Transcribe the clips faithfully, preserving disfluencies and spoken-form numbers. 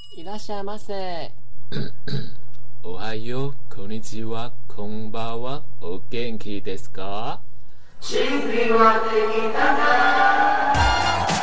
いらっしゃいませ。 おはよう、こんにちは、こんばんは、お元気ですか？ 新品はできたか？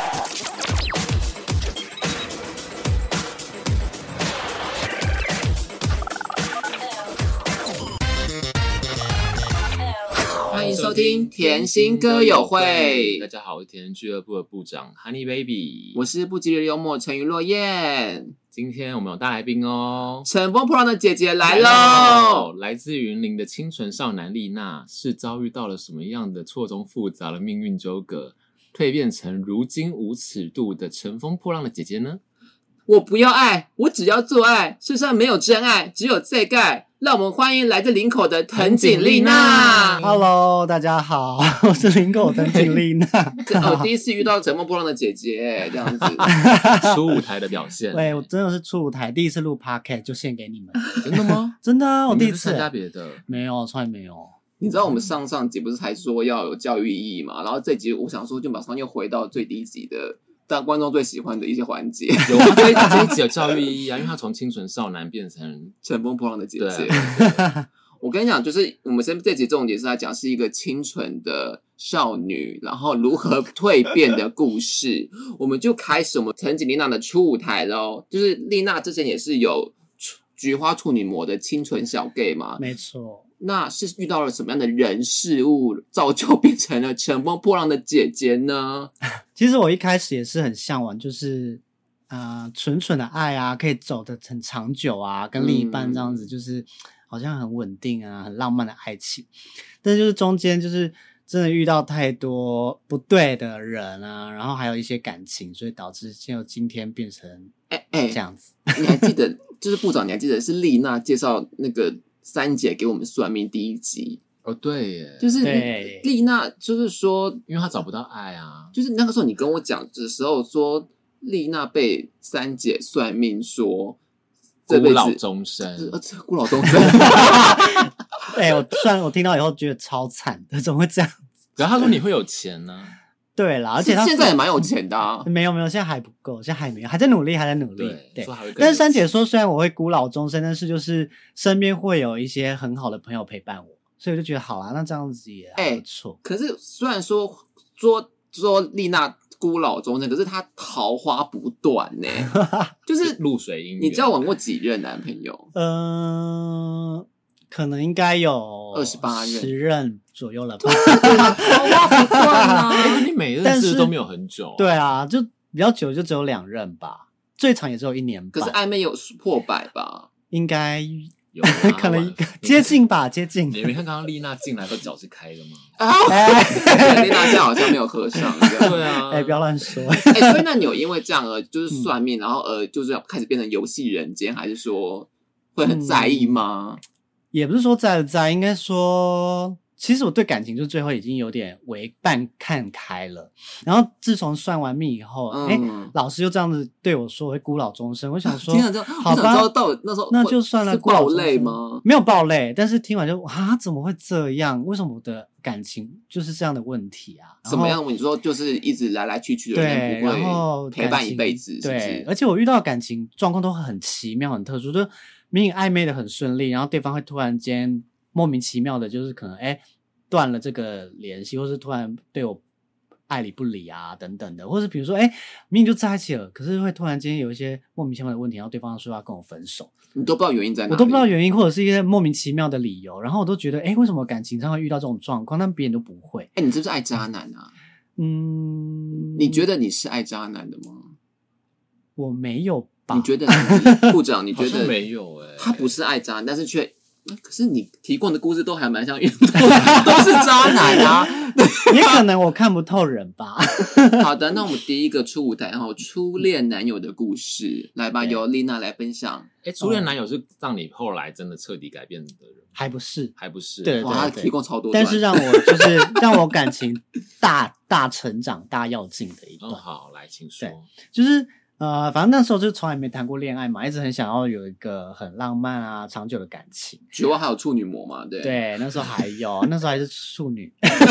欢迎收听甜心歌友会。 大家好，我是甜人俱乐部的部长 Honey Baby， 我是不羁的幽默陈于落雁。 今天我们有大来宾哦， 乘风破浪的姐姐来喽！ 来自云林的清纯少男丽娜，是遭遇到了什么样的错综复杂的命运纠葛，蜕变成如今无尺度的乘风破浪的姐姐呢？ 我不要爱，我只要做爱，世上没有真爱，只有罪盖。让我们欢迎来自林口的藤井丽娜。 Hello， 大家好，我是林口藤井丽娜。 我第一次遇到乘风破浪的姐姐，这样子初舞台的表现。 对，我真的是初舞台，第一次录 podcast 就献给你们。 真的吗？ 真的啊，我第一次。 参加别的？ 没有，从来没有。 你知道我们上上集不是才说要有教育意义嘛？然后这集我想说，就马上又回到最低级的。但观众最喜欢的一些环节， 有啊，这一这一集有教育意义啊，因为他从清纯少男变成乘风破浪的姐姐。 对我跟你讲，就是我们这集重点是在讲是一个清纯的少女，然后如何蜕变的故事。我们就开始我们藤井丽娜的初舞台咯。就是丽娜之前也是有菊花处女膜的清纯小 gay 嘛， 没错。 那是遇到了什么样的人事物，造就变成了乘风破浪的姐姐呢？ 其实我一开始也是很向往，就是呃纯纯的爱啊，可以走得很长久啊，跟另一半这样子，就是好像很稳定啊，很浪漫的爱情。但是就是中间就是真的遇到太多不对的人啊，然后还有一些感情，所以导致就今天变成哎哎这样子。 欸欸、你还记得，就是部长，你还记得是丽娜介绍那个三姐给我们算命第一集？ 哦，对耶， 就是丽娜，就是说， 因为她找不到爱啊。 就是那个时候你跟我讲的时候说，丽娜被三姐算命说这辈子孤老终生， 呃，孤老终生。 哎、欸，我虽然我听到以后觉得超惨的，怎么会这样子？ 然后他说你会有钱呢、啊。 对啦，而且他现在也蛮有钱的啊。 没有没有，现在还不够，现在还没有，还在努力，还在努力。 对， 对说还会更但是三姐说，虽然我会孤老终生，但是就是身边会有一些很好的朋友陪伴我，所以我就觉得好啦，那这样子也还不错、欸。 可是虽然说说说丽娜孤老终生，可是她桃花不断呢、欸，就是露水姻缘。 你交往过几任男朋友？ 嗯、呃，可能应该有二十八任、 十任左右了吧。 桃花不断啊！ 你每任是都没有很久、啊。 对啊，就比较久就只有两任吧，最长也只有一年吧。 可是暧昧有破百吧？ 应该有、啊， 可能接近吧，接近。 你没看刚刚丽娜进来的脚是开的吗？ 啊，欸、丽娜现在好像没有合上。 对啊， 哎、欸，不要乱说。 哎、欸，所以那你有因为这样而就是算命，嗯、然后而就是开始变成游戏人间，还是说会很在意吗？ 嗯、也不是说在不在，应该说。其实我对感情就最后已经有点为半看开了，然后自从算完命以后，哎、嗯欸，老师就这样子对我说我会孤老终生，我想说， 听了之后，好吧，知道到底那时候那就算了， 是爆泪吗？ 没有爆泪，但是听完就啊，怎么会这样？为什么我的感情就是这样的问题啊？ 怎么样？你说就是一直来来去去的人不会陪伴一辈子，是不是？ 对，而且我遇到的感情状况都很奇妙、很特殊，就明明暧昧的很顺利，然后对方会突然间莫名其妙的，就是可能哎。欸断了这个联系，或是突然对我爱理不理啊，等等的，或是比如说，哎，明明就在一起了，可是会突然间有一些莫名其妙的问题，然后对方说要跟我分手， 你都不知道原因在哪里， 我都不知道原因，或者是一些莫名其妙的理由，然后我都觉得，哎，为什么感情上会遇到这种状况，但别人都不会？ 哎，你是不是爱渣男啊？ 嗯， 你觉得你是爱渣男的吗？ 我没有吧？ 你觉得部长？你觉得没有？哎， 他不是爱渣男，但是却。可是你提供的故事都还蛮像运动，都是渣男啊！ 也可能我看不透人吧。 好的，那我们第一个初舞台，然后初恋男友的故事，来吧，由丽娜来分享。 哎，初恋男友是让你后来真的彻底改变的人？ 还不是， 还不是。 对， 哇，他提供超多， 但是让我就是让我感情大大成长、大跃进的一段。 哦，好，来，请说。 就是。呃，反正那时候就从来没谈过恋爱嘛，一直很想要有一个很浪漫啊、长久的感情。 菊花还有处女膜嘛？对， 对，那时候还有，那时候还是处女。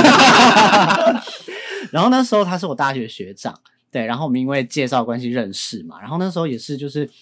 然后那时候他是我大学学长，对，然后我们因为介绍关系认识嘛，然后那时候也是就是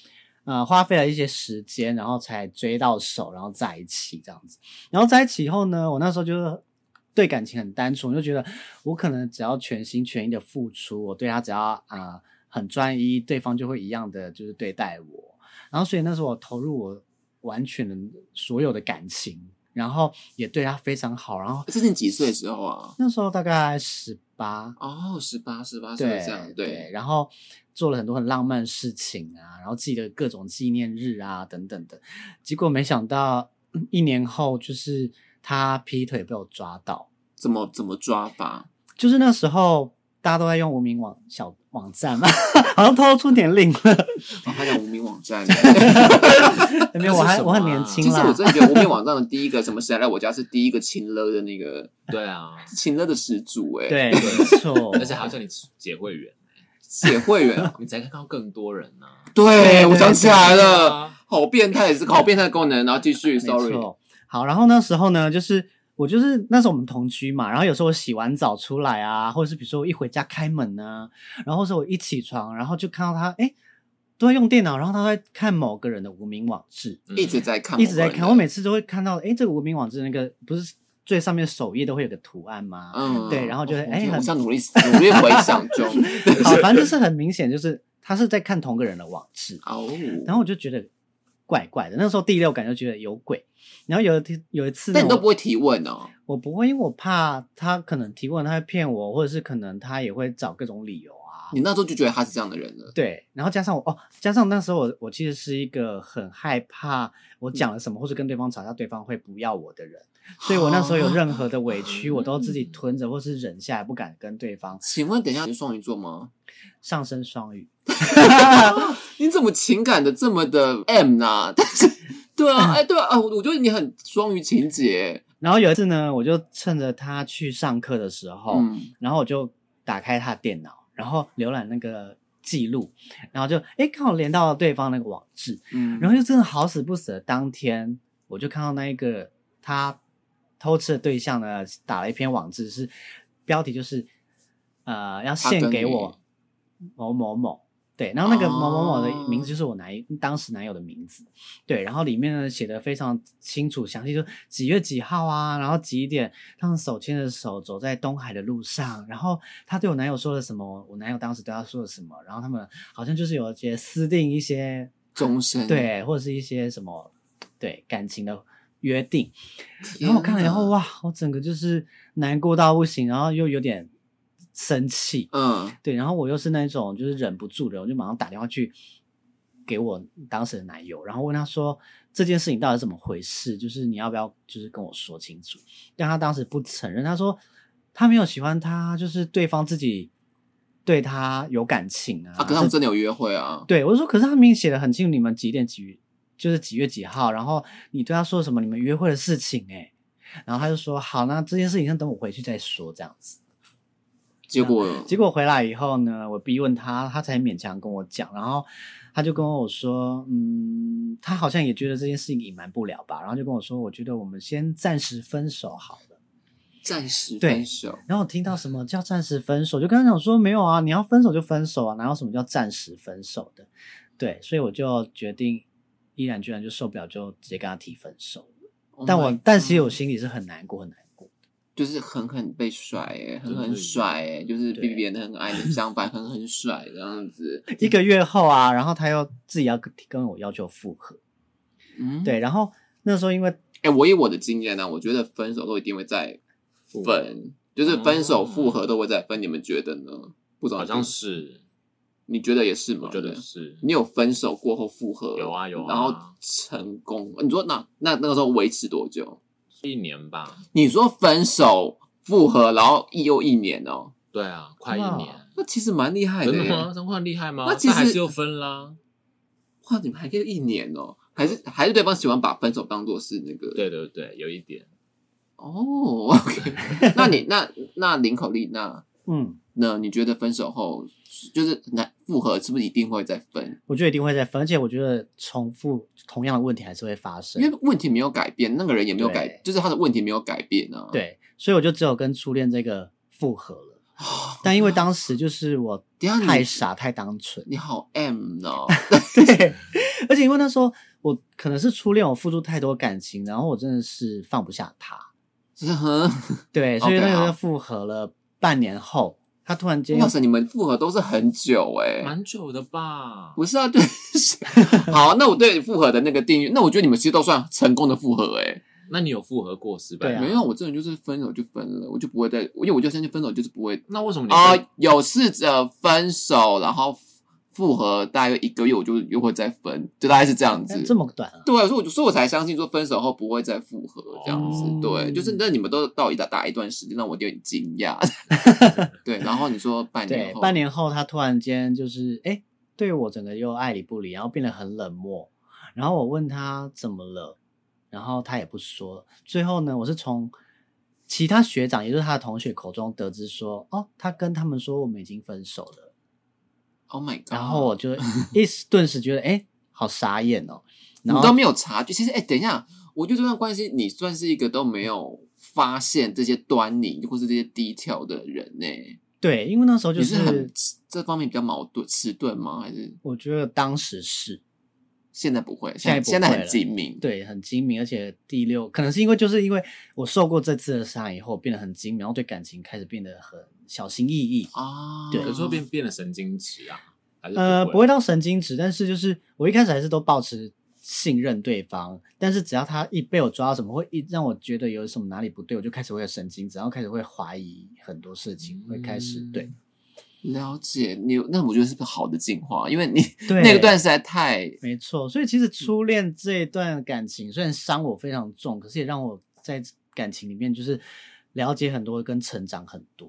呃花费了一些时间，然后才追到手，然后在一起这样子。然后在一起以后呢，我那时候就对感情很单纯，我就觉得我可能只要全心全意的付出，我对他只要啊、呃、很专一，对方就会一样的就是对待我。然后所以那时候我投入我完全的所有的感情，然后也对他非常好。然后这是你几岁的时候啊？ 那时候大概十八哦，十八十八岁这样，对对，然后做了很多很浪漫的事情啊，然后记得各种纪念日啊等等的。结果没想到一年后，就是他劈腿被我抓到。 怎么怎么抓法？ 就是那时候大家都在用无名网小网站嘛，好像透露出年龄了。 哦，他讲无名网站， 没有，我还那是什么啊我很年轻其实啦。 我真的觉得无名网站的第一个什么谁来我家是第一个情勒的那个对啊， 情勒的始祖哎、 对，没错， 而且还要叫你解会员， 写会员啊， 你才看到更多人呢、啊。 对我想起来了， 啊好变态，也是好变态的功能。然后继续没 ，sorry， 错。好，然后那时候呢，就是我就是那时候我们同居嘛，然后有时候我洗完澡出来啊，或者是比如说我一回家开门啊，然后或是我一起床，然后就看到他，哎，都在用电脑，然后他在看某个人的无名网志， 嗯一直在看， 一直在看。我每次都会看到，哎，这个无名网志那个不是最上面首页都会有个图案吗？ 嗯， 对，然后就会哎， 我很想努力努力回想中， 好，反正就是很明显，就是他是在看同个人的网志。 哦， 然后我就觉得怪怪的，那时候第六感就觉得有鬼。然后有一天有一次呢， 但你都我不会提问哦， 我不会，因为我怕他可能提问他会骗我，或者是可能他也会找各种理由啊。 你那时候就觉得他是这样的人了， 对，然后加上我哦，加上那时候我我其实是一个很害怕我讲了什么，或是跟对方吵架，对方会不要我的人，所以我那时候有任何的委屈，我都自己吞着或是忍下来，不敢跟对方。 请问，等一下你是双鱼座吗？ 上升双鱼， 你怎么情感的这么的 M 呢？但是，对啊，哎，对啊，我我觉得你很双鱼情节， 然后有一次呢，我就趁着他去上课的时候， 嗯， 然后我就打开他的电脑，然后浏览那个记录，然后就诶刚好连到了对方那个网志， 嗯， 然后就真的好死不死的当天，我就看到那一个他偷吃的对象呢，打了一篇网志，是标题就是呃要献给我某某某。对，然后那个某某某的名字就是我男、哦、当时男友的名字，对，然后里面呢写的非常清楚详细，就几月几号啊，然后几点他们手牵着手走在东海的路上，然后他对我男友说了什么，我男友当时对他说了什么，然后他们好像就是有一些私定一些终身， 对，或者是一些什么对感情的约定，然后我看了以后哇，我整个就是难过到不行，然后又有点生气， 嗯， 对，然后我又是那种就是忍不住的，我就马上打电话去给我当时的男友，然后问他说这件事情到底是怎么回事，就是你要不要就是跟我说清楚。但他当时不承认，他说他没有喜欢他，就是对方自己对他有感情啊。 啊，可是他们真的有约会啊？ 对，我就说可是他明明写的很清楚，你们几点几就是几月几号，然后你对他说什么你们约会的事情哎、欸，然后他就说好，那这件事情先等我回去再说这样子。 结果结果回来以后呢，我逼问他，他才勉强跟我讲，然后他就跟我说，嗯，他好像也觉得这件事情隐瞒不了吧，然后就跟我说，我觉得我们先暂时分手好了。 暂时分手， 然后我听到什么叫暂时分手，就跟他讲说没有啊，你要分手就分手啊，哪有什么叫暂时分手的？对，所以我就决定毅然决然就受不了，就直接跟他提分手了。 Oh 但我 my 但其实我心里是很难过很难过。 就是狠狠被甩哎、欸，狠狠甩哎、欸，就是比别人很爱的相反，狠狠甩这样子。 一个月后啊，然后他又自己要跟我要求复合， 嗯， 对，然后那时候因为哎、欸，我以我的经验呢、啊，我觉得分手都一定会再分，就是分手复合都会再分，你们觉得呢？不知道好像是， 你觉得也是吗？ 我觉得是。 你有分手过后复合？ 有啊有啊， 然后成功。你说那那那个时候维持多久？ 一年吧。 你说分手复合，然后一又一年哦？ 对啊，快一年。 那其实蛮厉害的。 真的吗？真的很厉害吗？ 那其实还是又分啦。 哇，你们还可以一年哦？还是还是对方喜欢把分手当作是那个？ 对对对，有一点。 哦 ，OK 那你那那林口丽娜， 嗯， 那你觉得分手后就是那复合是不是一定会再分？ 我觉得一定会再分，而且我觉得重复同样的问题还是会发生， 因为问题没有改变，那个人也没有改，就是他的问题没有改变啊。 对，所以我就只有跟初恋这个复合了。但因为当时就是我太傻太单纯， 你好 M 哦， 对，而且因为那时候我可能是初恋，我付出太多感情，然后我真的是放不下他。 是很对，所以 OK，好那个复合了半年后，他突然间哇塞，你们复合都是很久哎、欸， 蛮久的吧？ 不是啊？对，好，那我对复合的那个定义，那我觉得你们其实都算成功的复合哎、欸。 那你有复合过失败？ 对啊没有，我这人就是分手就分了，我就不会再，因为我就相信分手就是不会那为什么你啊、 会呃有试着分手，然后复合大约一个月，我就又会再分，就大概是这样子。 这么短啊？ 对啊，所以我就所以我才相信说分手后不会再复合这样子。 哦对，就是那你们都到一打打一段时间，让我有点惊讶。对，然后你说半年对， 后， 半年后他突然间就是哎，对我整个又爱理不理，然后变得很冷漠。然后我问他怎么了，然后他也不说。最后呢，我是从其他学长，也就是他的同学口中得知说，哦，他跟他们说我们已经分手了。 ，Oh my god！ 然后我就一时顿时觉得，哎，好傻眼哦。然后你都没有察觉，其实哎，等一下，我觉得这段关系你算是一个都没有发现这些端倪或是这些低调的人呢、欸。 对，因为那时候就你是很这方面比较矛盾迟钝吗？还是我觉得当时是现在不会？ 现在不会现在很了精明。 对，很精明，而且第六可能是因为就是因为我受过这次的伤以后，变得很精明，然后对感情开始变得很小心翼翼。 啊， 对可是会变变得神经质啊？还是呃， 不不会到神经质，但是就是我一开始还是都抱持信任对方，但是只要他一被我抓到什么，会一让我觉得有什么哪里不对，我就开始会有神经质，然后开始会怀疑很多事情，会开始嗯对了解你，那我觉得是个好的进化，因为你对那个段实在太没错。所以其实初恋这一段感情虽然伤我非常重，可是也让我在感情里面就是了解很多，跟成长很多。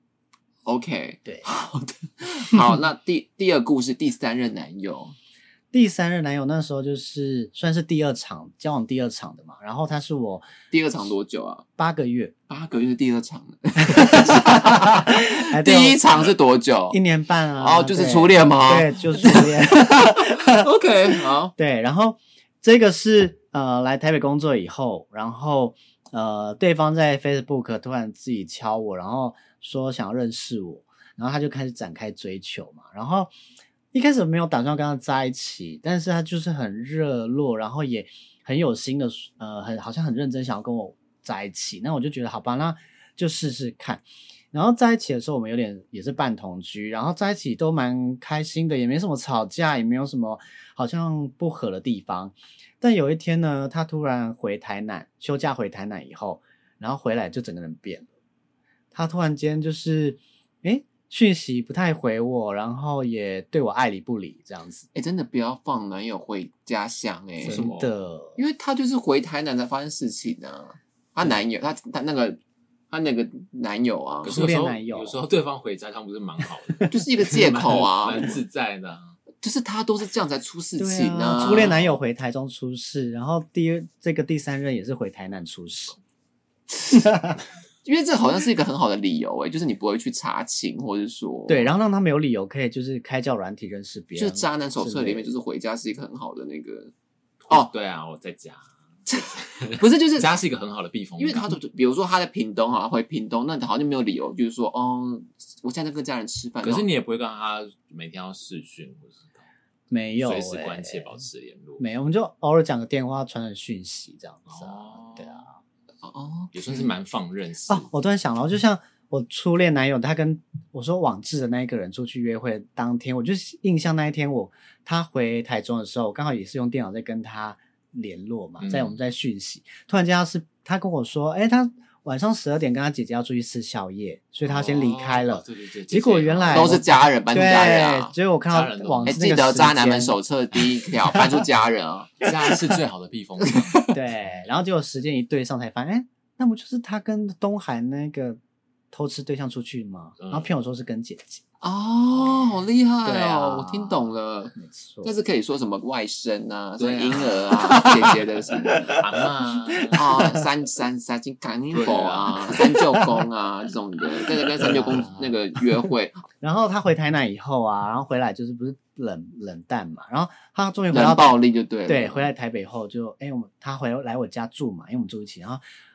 OK。 对， 好的，好，那第第二故事，第三任男友， 第三任男友那时候就是算是第二场交往第二场的嘛，然后他是我第二场多久啊？ 八个月， 八个月是第二场了， 哎对第一场是多久？ 一年半啊， 哦，就是初恋吗？ 对，就是初恋。 OK，好， 对，然后这个是呃来台北工作以后，然后呃对方在 Facebook 突然自己敲我，然后说想要认识我，然后他就开始展开追求嘛，然后一开始没有打算跟他在一起，但是他就是很热络，然后也很有心的呃很好像很认真想要跟我在一起，那我就觉得好吧，那就试试看。然后在一起的时候，我们有点也是半同居，然后在一起都蛮开心的，也没什么吵架，也没有什么好像不合的地方。但有一天呢，他突然回台南休假回台南以后，然后回来就整个人变了。他突然间就是诶讯息不太回我，然后也对我爱理不理这样子。 哎、真的不要放男友回家乡哎、 为什么真的， 因为他就是回台南才发生事情啊。他男友，他他那个他那个男友啊可，是有时候初恋男友有时候对方回家，他们不是蛮好的， 就是一个借口啊蛮，蛮自在的啊。 就是他都是这样才出事对情啊，初恋男友回台中出事，然后第二这个第三任也是回台南出事。 因为这好像是一个很好的理由哎、就是你不会去查清，或者说对，然后让他们有理由可以就是开教软体认识别人。 就是渣男手册里面， 之类的就是回家是一个很好的那个哦， 对啊，我在家， 不是就是家是一个很好的避风港， 因为他的比如说他在屏东啊，回屏东，那好像没有理由，就是说哦，我现在在跟家人吃饭， 可是你也不会跟他每天要视讯，或是没有、欸， 随时关切保持联络， 没有，我们就偶尔讲个电话，传传讯息这样子啊。 哦对啊。 哦， 也算是蛮放任式哦，我突然想到，就像我初恋男友，他跟我说网志的那一个人出去约会当天，我就印象那一天我他回台中的时候，刚好也是用电脑在跟他联络嘛， 嗯在我们在讯息，突然间他是他跟我说，哎，他晚上十二点跟他姐姐要出去吃宵夜，所以他先离开了。 哦对对对， 结果原来都是家人搬出家人啊对，。结果我看家人都哎， 到网志那记得个时间渣男们手册第一条搬出家人啊。 家是最好的避风港。 对，然后结果时间一对上才发现，哎，那不就是他跟东海那个偷吃对象出去吗？ 嗯然后骗我说是跟姐姐， 哦，好厉害对啊哦！我听懂了， 没错。 但是可以说什么外甥啊，什么对啊婴儿啊，姐姐的什么阿嬷啊，三三三金感应佛啊，三舅公啊这种的，在那跟三舅公那个约会， 然后他回台南以后啊，然后回来就是不是冷冷淡嘛，然后他终于回到冷暴力就对了。 对，回来台北后就哎，我们他回来我家住嘛，因为我们住一起，然后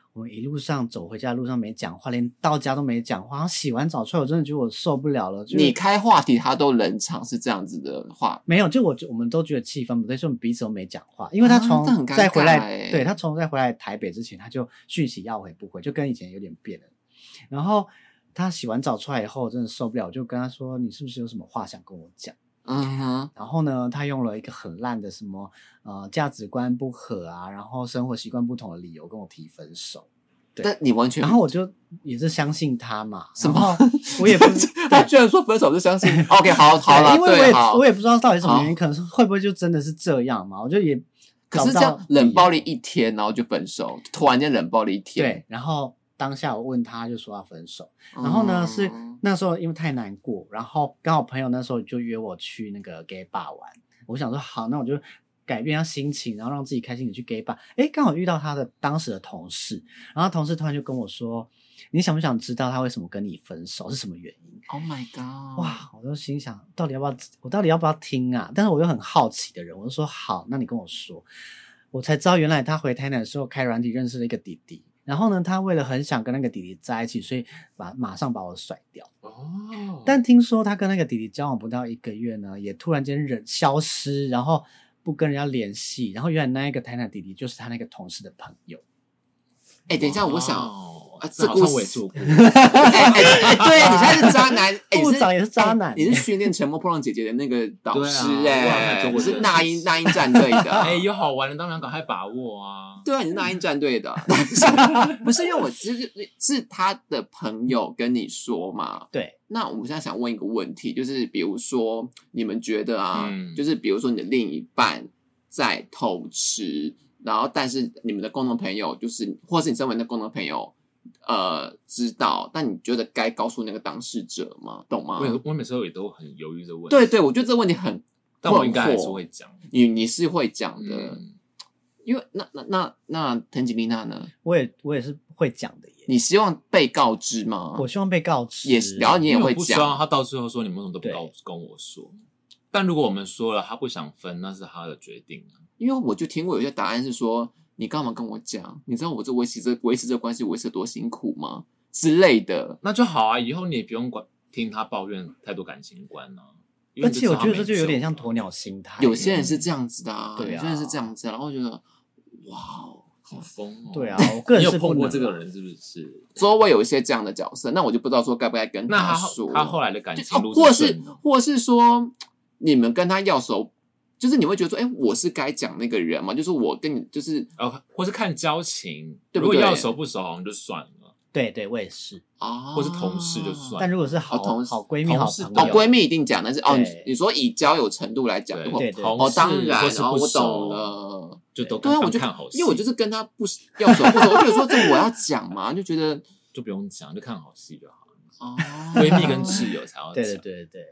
我们一路上走回家的路上没讲话，连到家都没讲话。然后洗完澡出来，我真的觉得我受不了了。 你开话题，他都冷场，是这样子的话？ 没有，就我我们都觉得气氛不对，所以我们彼此都没讲话。因为他从啊、 再回来， 欸、 对他从再回来台北之前，他就讯息要回不回，就跟以前有点变了。然后他洗完澡出来以后，我真的受不了，我就跟他说：“你是不是有什么话想跟我讲？” 嗯哼， 然后呢，他用了一个很烂的什么呃价值观不合啊，然后生活习惯不同的理由跟我提分手。对， 但你完全， 然后我就也是相信他嘛， 什么？ 我也不， 他居然说分手是相信。OK， 好，好了， 因为我也我也不知道到底什么原因，可能是会不会就真的是这样嘛？我就也可是这样冷暴力一天，然后就分手，突然间冷暴力一天。 对，然后当下我问他就说要分手，然后呢、嗯、是那时候因为太难过，然后刚好朋友那时候就约我去那个 gay bar 玩，我想说好，那我就改变一下心情，然后让自己开心的去 gay bar。诶，刚好遇到他的当时的同事，然后同事突然就跟我说：“你想不想知道他为什么跟你分手是什么原因？” Oh my god！ 哇，我就心想，到底要不要我到底要不要听啊？但是我又很好奇的人，我就说好，那你跟我说。我才知道原来他回台南的时候开软体认识了一个弟弟。然后呢，他为了很想跟那个弟弟在一起，所以把马上把我甩掉。哦，但听说他跟那个弟弟交往不到一个月呢，也突然间人消失，然后不跟人家联系。然后原来那一个台南弟弟就是他那个同事的朋友。 哎，等一下，我想啊，这故事我也做过。 哎哎，对你现在是渣男， 部长也是渣男， 你是训练沉默破浪姐姐的那个导师哎， 我是那英那英战队的。 哎，有好玩的当然赶快把握啊！ 对啊，你是那英战队的，不是因为我其实是他的朋友跟你说嘛。 对， 那我们现在想问一个问题，就是比如说你们觉得啊， 嗯、 就是比如说你的另一半在偷吃。然后，但是你们的共同朋友就是，或是你身为那共同朋友，呃，知道，但你觉得该告诉那个当事者吗？懂吗？ 我我每次也都很犹豫这个问题。 对对，我觉得这个问题很， 但我应该还是会讲。 你你是会讲的， 嗯、 因为那那那那藤吉丽娜呢？ 我也我也是会讲的耶。 你希望被告知吗？ 我希望被告知， 也是，然后你也会讲。 不希望他到最后说你们为什么都不告跟我说。但如果我们说了他不想分，那是他的决定啊。 因为我就听过有些答案是说，你干嘛跟我讲？你知道我这维持这维持这关系维持得多辛苦吗？之类的。 那就好啊，以后你也不用管听他抱怨太多感情观啊。 而且我觉得这就有点像鸵鸟心态。 有些人是这样子的啊， 对啊， 有些人是这样子、啊，然后觉得哇， 好疯哦。 对啊，我个人是你有碰过这个人是不是？ 周围有一些这样的角色，那我就不知道说该不该跟他说。 那他他后来的感情路、 哦，或是或是说你们跟他要熟。就是你会觉得说，哎、欸，我是该讲那个人吗？就是我跟你，就是哦，或是看交情， 对不对？ 如果要熟不熟，好像就算了。 对对，我也是啊， 或是同事就算了。 但如果是好、 哦、同好闺蜜、好朋友， 哦，闺蜜一定讲，但是哦，你说以交友程度来讲的话， 对对哦，当然， 然后我懂了， 就都对啊，我就看好戏， 因为我就是跟他不要熟不熟，我就说这我要讲嘛，就觉得就不用讲，就看好戏就好了。 哦， 闺蜜跟挚友才要讲。 对对对对。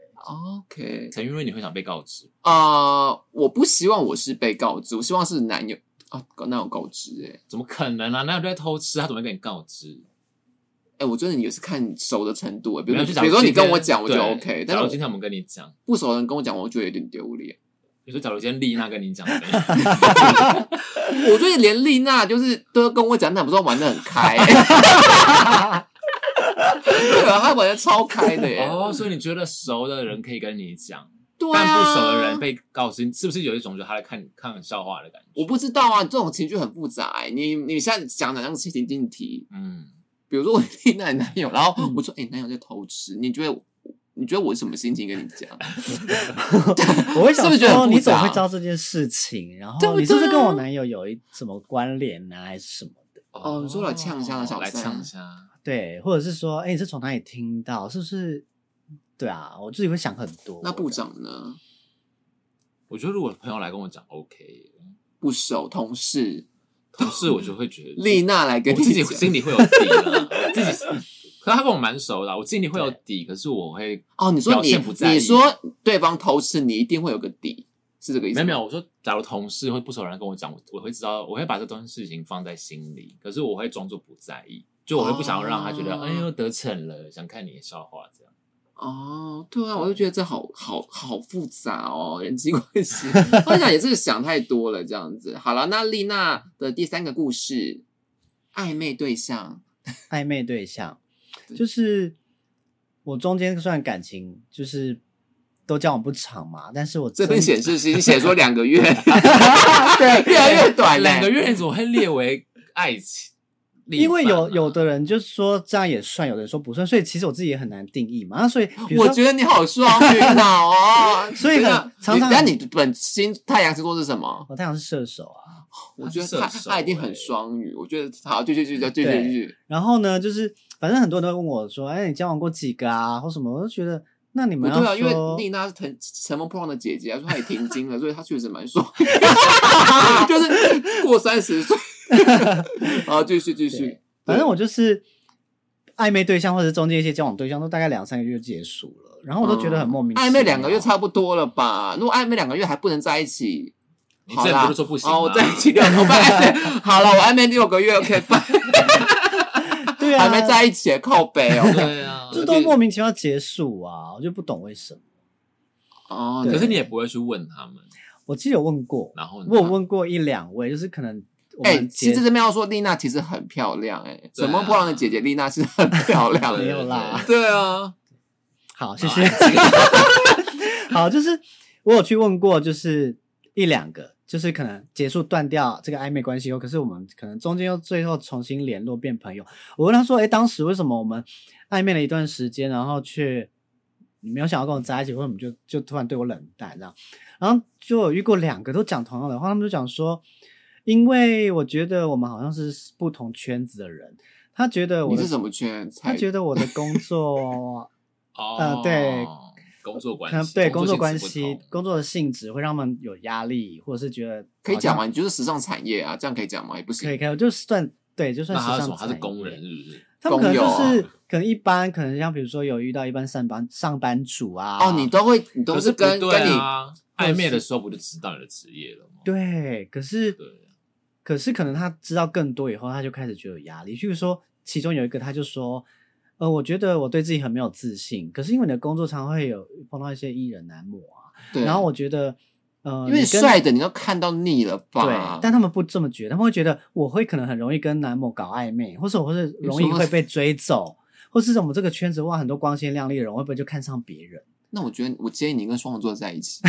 OK， 陈玉瑞，你会想被告知啊、呃？我不希望我是被告知，我希望是男友啊，男友告知、欸。哎， 怎么可能啊？男友就在偷吃，他怎么会跟你告知？ 哎、欸，我觉得你也是看熟的程度、欸。比如比如说你跟我讲，我就 OK。 假如今天我们跟你讲， 不熟的人跟我讲，我觉得有点丢脸。 你说，假如今天丽娜跟你讲， 我觉得连丽娜就是都跟我讲，她不是玩得很开、欸。对啊，他玩的超开的耶！ 哦，所以你觉得熟的人可以跟你讲， 对啊， 但不熟的人被告知，是不是有一种就他在看看笑话的感觉？ 我不知道啊，这种情绪很复杂、欸。你你现在讲哪样情景境题？嗯，比如说我丽娜男友，然后我说，哎、欸，男友在偷吃，你觉得你觉得我什么心情跟你讲？ 我会想说， 是不是觉得你怎么会知道这件事情？然后你是不是跟我男友有一什么关联呢、啊，还是什么的？ 哦，你说了呛虾的小来呛虾。 对，或者是说，哎、欸，你是从哪里听到？是不是？对啊，我自己会想很多。 那部长呢？ 我觉得如果朋友来跟我讲 ，OK， 不熟同事， 同事我就会觉得丽娜来跟你讲，我自己心里会有底了。自己，可是他跟我蛮熟的，我心里会有底，可是我会哦，你说你不在意你说对方偷吃，你一定会有个底，是这个意思吗？ 没有没有，我说假如同事或不熟的人跟我讲，我我会知道，我会把这东西事情放在心里，可是我会装作不在意。就我会不想要让他觉得，哦、哎呦得逞了，想看你的笑话这样。 哦，对啊，我就觉得这好好好复杂哦，人际关系。我想也是想太多了这样子。好了，那丽娜的第三个故事， 暧昧对象， 暧昧对象就是我中间虽然感情就是都交往不长嘛，但是我这边显示是写说两个月， 对， 越来越短， 两个月你怎么会列为爱情？ 因为有啊有的人就说这样也算，有的人说不算，所以其实我自己也很难定义嘛。那所以比如说我觉得你好双鱼脑哦， 所以很常常那你本星太阳星座是什么？ 我太阳是射手啊， 我觉得他他是射手他一定很双鱼。我觉得好，继续继续继续继续。 然后呢，就是反正很多人都会问我说：“哎，你交往过几个啊，或什么？”我就觉得那你们要说， 不对啊，因为丽娜是乘乘风破浪的姐姐，说她也停经了，所以她确实蛮双，就是过三十岁。好，继续继续。 反正我就是暧昧对象或者中间一些交往对象，都大概两三个月就结束了，然后我都觉得很莫名其妙。 暧昧两个月差不多了吧？如果暧昧两个月还不能在一起， 你这不是说不行吗？ 哦，我在一起六，我暧昧好了，我暧昧六个月 OK 吧？ 对啊， 还没在一起，靠北哦。 对啊， 这都莫名其妙结束啊，我就不懂为什么。 哦， 可是你也不会去问他们， 我记得有问过， 然后我有问过一两位，就是可能。 哎、欸，其实这边要说丽娜其实很漂亮、欸，哎，乘风破浪的姐姐丽娜是很漂亮的， 没有啦， 对啊， 好，谢谢。好，就是我有去问过，就是一两个，就是可能结束断掉这个暧昧关系后，可是我们可能中间又最后重新联络变朋友。我问他说，哎、欸，当时为什么我们暧昧了一段时间，然后却你没有想要跟我在一起，为什么就就突然对我冷淡这样？然后就有遇过两个都讲同样的话，他们就讲说。因为我觉得我们好像是不同圈子的人，他觉得我你是什么圈？ 他觉得我的工作， 哦， 呃，对， 工作关系， 对工作关系，工作的性质会让他们有压力，或者是觉得可以讲吗？你就是时尚产业啊，这样可以讲吗？也不行， 可以，可以，就算对，就算时尚产业。 他是工人是不是？ 他们可能就是、啊、可能一般，可能像比如说有遇到一般上班上班族啊， 哦，你都会，你都是跟是、啊、 跟你暧昧的时候不就知道你的职业了吗？ 对，可是对。 可是可能他知道更多以后，他就开始觉得有压力。譬如说，其中有一个他就说：“呃，我觉得我对自己很没有自信。可是因为你的工作常会有碰到一些艺人男模啊， 对。 然后我觉得，呃， 因为帅的你都看到腻了吧？ 对。但他们不这么觉得，他们会觉得我会可能很容易跟男模搞暧昧，或者我会容易会被追走，或是我们这个圈子哇很多光鲜亮丽的人，会不会就看上别人？ 那我觉得，我建议你跟双子座在一起。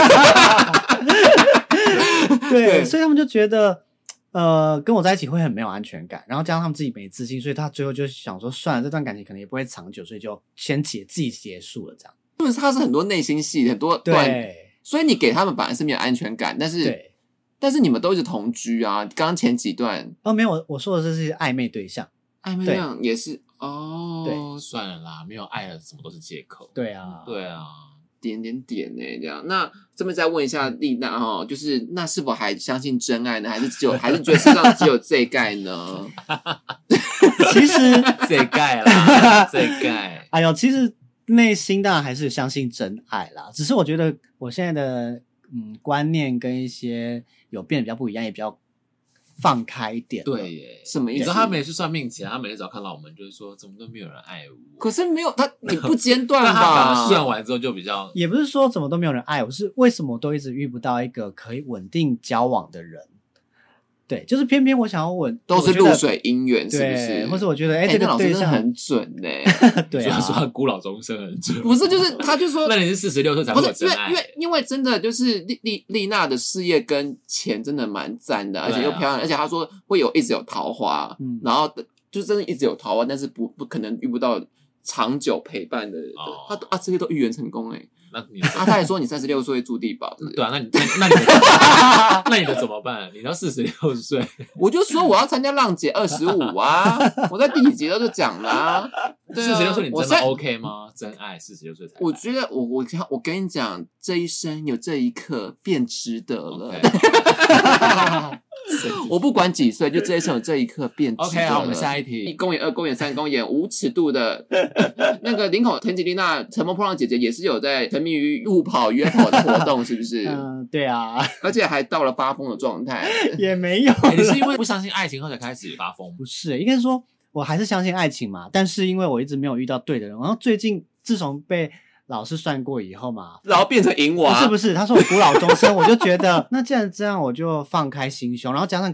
对, 对，所以他们就觉得。”呃，跟我在一起会很没有安全感，然后加上他们自己没自信，所以他最后就想说，算了，这段感情可能也不会长久，所以就先结自己结束了这样。 就是他是很多内心戏，很多段，所以你给他们反而是没有安全感，但是对， 但是你们都一直同居啊。刚刚前几段哦，没有，我我说的这是暧昧对象， 暧昧对象也是哦， 对， 算了啦，没有爱了，什么都是借口。 对啊， 对啊。 点点点呢、欸，这样。那这边再问一下丽娜哈，就是那是否还相信真爱呢？还是只有还是觉得世上只有这盖呢？ 其实这盖啦，这盖。 哎呦，其实内心当然还是相信真爱啦。只是我觉得我现在的嗯观念跟一些有变得比较不一样，也比较放开一点。 对耶， 什么意思？ 你知道他每次算命前，他每次只要看到我们，就是说怎么都没有人爱我。 可是没有他，你不间断吧？ 他算完之后就比较， 也不是说怎么都没有人爱我，是为什么我都一直遇不到一个可以稳定交往的人？对，就是偏偏我想要稳， 都是露水姻缘，是不是？ 或者我觉得，哎、欸，这个对象很准呢、 欸。对啊， 说他孤老终生很准。 不是，就是他就说， 那你是四十六岁才会有真爱？ 因为因为因为真的就是丽丽丽娜的事业跟钱真的蛮赞的，而且又漂亮，啊、而且他说会有一直有桃花，嗯、然后就真的一直有桃花，但是不不可能遇不到长久陪伴的。哦、他啊，这些都预言成功哎、欸。 那你啊，他还说你三十六岁住地堡， 对啊，那你那那你的那你的怎么办？你到四十六岁， 我就说我要参加浪姐二十五啊！我在第几集都就讲了、啊， 四十六岁你真的 OK 吗？真爱四十六岁才？ 我觉得我我我跟你讲，这一生有这一刻便值得了。Okay. 我不管几岁，就这一生有这一刻便值得了。 OK， 好，我们下一题。 一公演、二公演、三公演，无尺度的那个林口田吉丽娜乘风破浪姐姐也是有在沉迷于路跑、约跑的活动，是不是？ 嗯，对啊， 而且还到了发疯的状态。 也没有、 欸，你是因为不相信爱情后才开始发疯？ 不是，应该说我还是相信爱情嘛，但是因为我一直没有遇到对的人，然后最近自从被老师算过以后嘛， 然后变成银娃， 不是不是，他说我孤老终生，我就觉得那既然这样，我就放开心胸，然后加上可能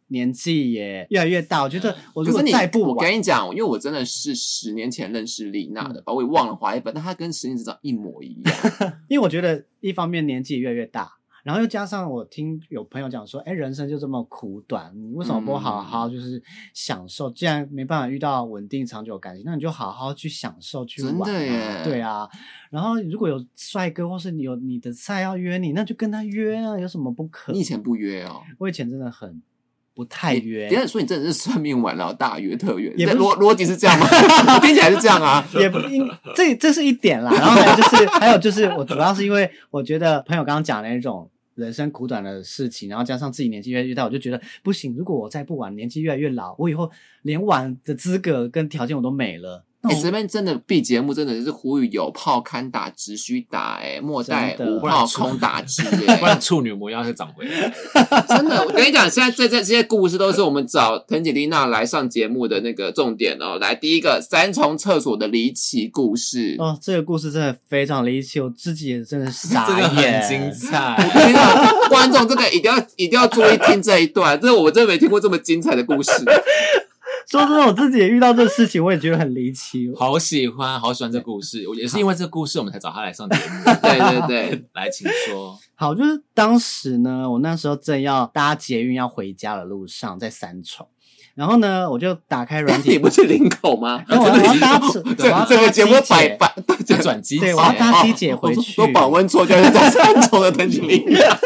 年纪也越来越大，我觉得我如果可是你再不晚， 我跟你讲，因为我真的是十年前认识丽娜的吧，我也忘了华一本，但她跟十年前长一模一样。 因为我觉得一方面年纪越来越大，然后又加上我听有朋友讲说，哎，人生就这么苦短，你为什么不好好就是享受？嗯、既然没办法遇到稳定长久的感情，那你就好好去享受去玩、啊。 真的耶， 对啊。然后如果有帅哥或是你有你的菜要约你，那就跟他约啊，有什么不可？ 你以前不约哦？ 我以前真的很不太约。 别人说你真的是算命完了大约特约， 也不逻逻辑是这样吗？听起来是这样啊。 也不应这这是一点啦。然后还有就是还有就是我主要是因为我觉得朋友刚刚讲的那种人生苦短的事情，然后加上自己年纪越来越大，我就觉得不行，如果我再不玩，年纪越来越老，我以后连玩的资格跟条件我都没了。 哎、欸，这边真的 B 节目真的是呼吁有炮堪打只需打、欸，哎，莫待无炮空打之、欸， 不然处女膜要再长回来。 真的，我跟你讲，现在这这这些故事都是我们找藤井丽娜来上节目的那个重点哦。来，第一个三重厕所的离奇故事哦，这个故事真的非常离奇，我自己也真的傻眼， 这个很精彩。 我跟你讲，观众这个一定要一定要注意听这一段，这我真的没听过这么精彩的故事。 说真的，我自己也遇到这个事情，我也觉得很离奇。 好喜欢，好喜欢这故事，也是因为这个故事，我们才找他来上节目。 对对对， 来，请说。 好，就是当时呢，我那时候正要搭捷运要回家的路上，在三重，然后呢，我就打开软体， 你不是林口吗？ 我要搭车， 这这个节目百百转机， 对，我要搭机姐回去。 都访问错，就是在三重的藤井丽娜。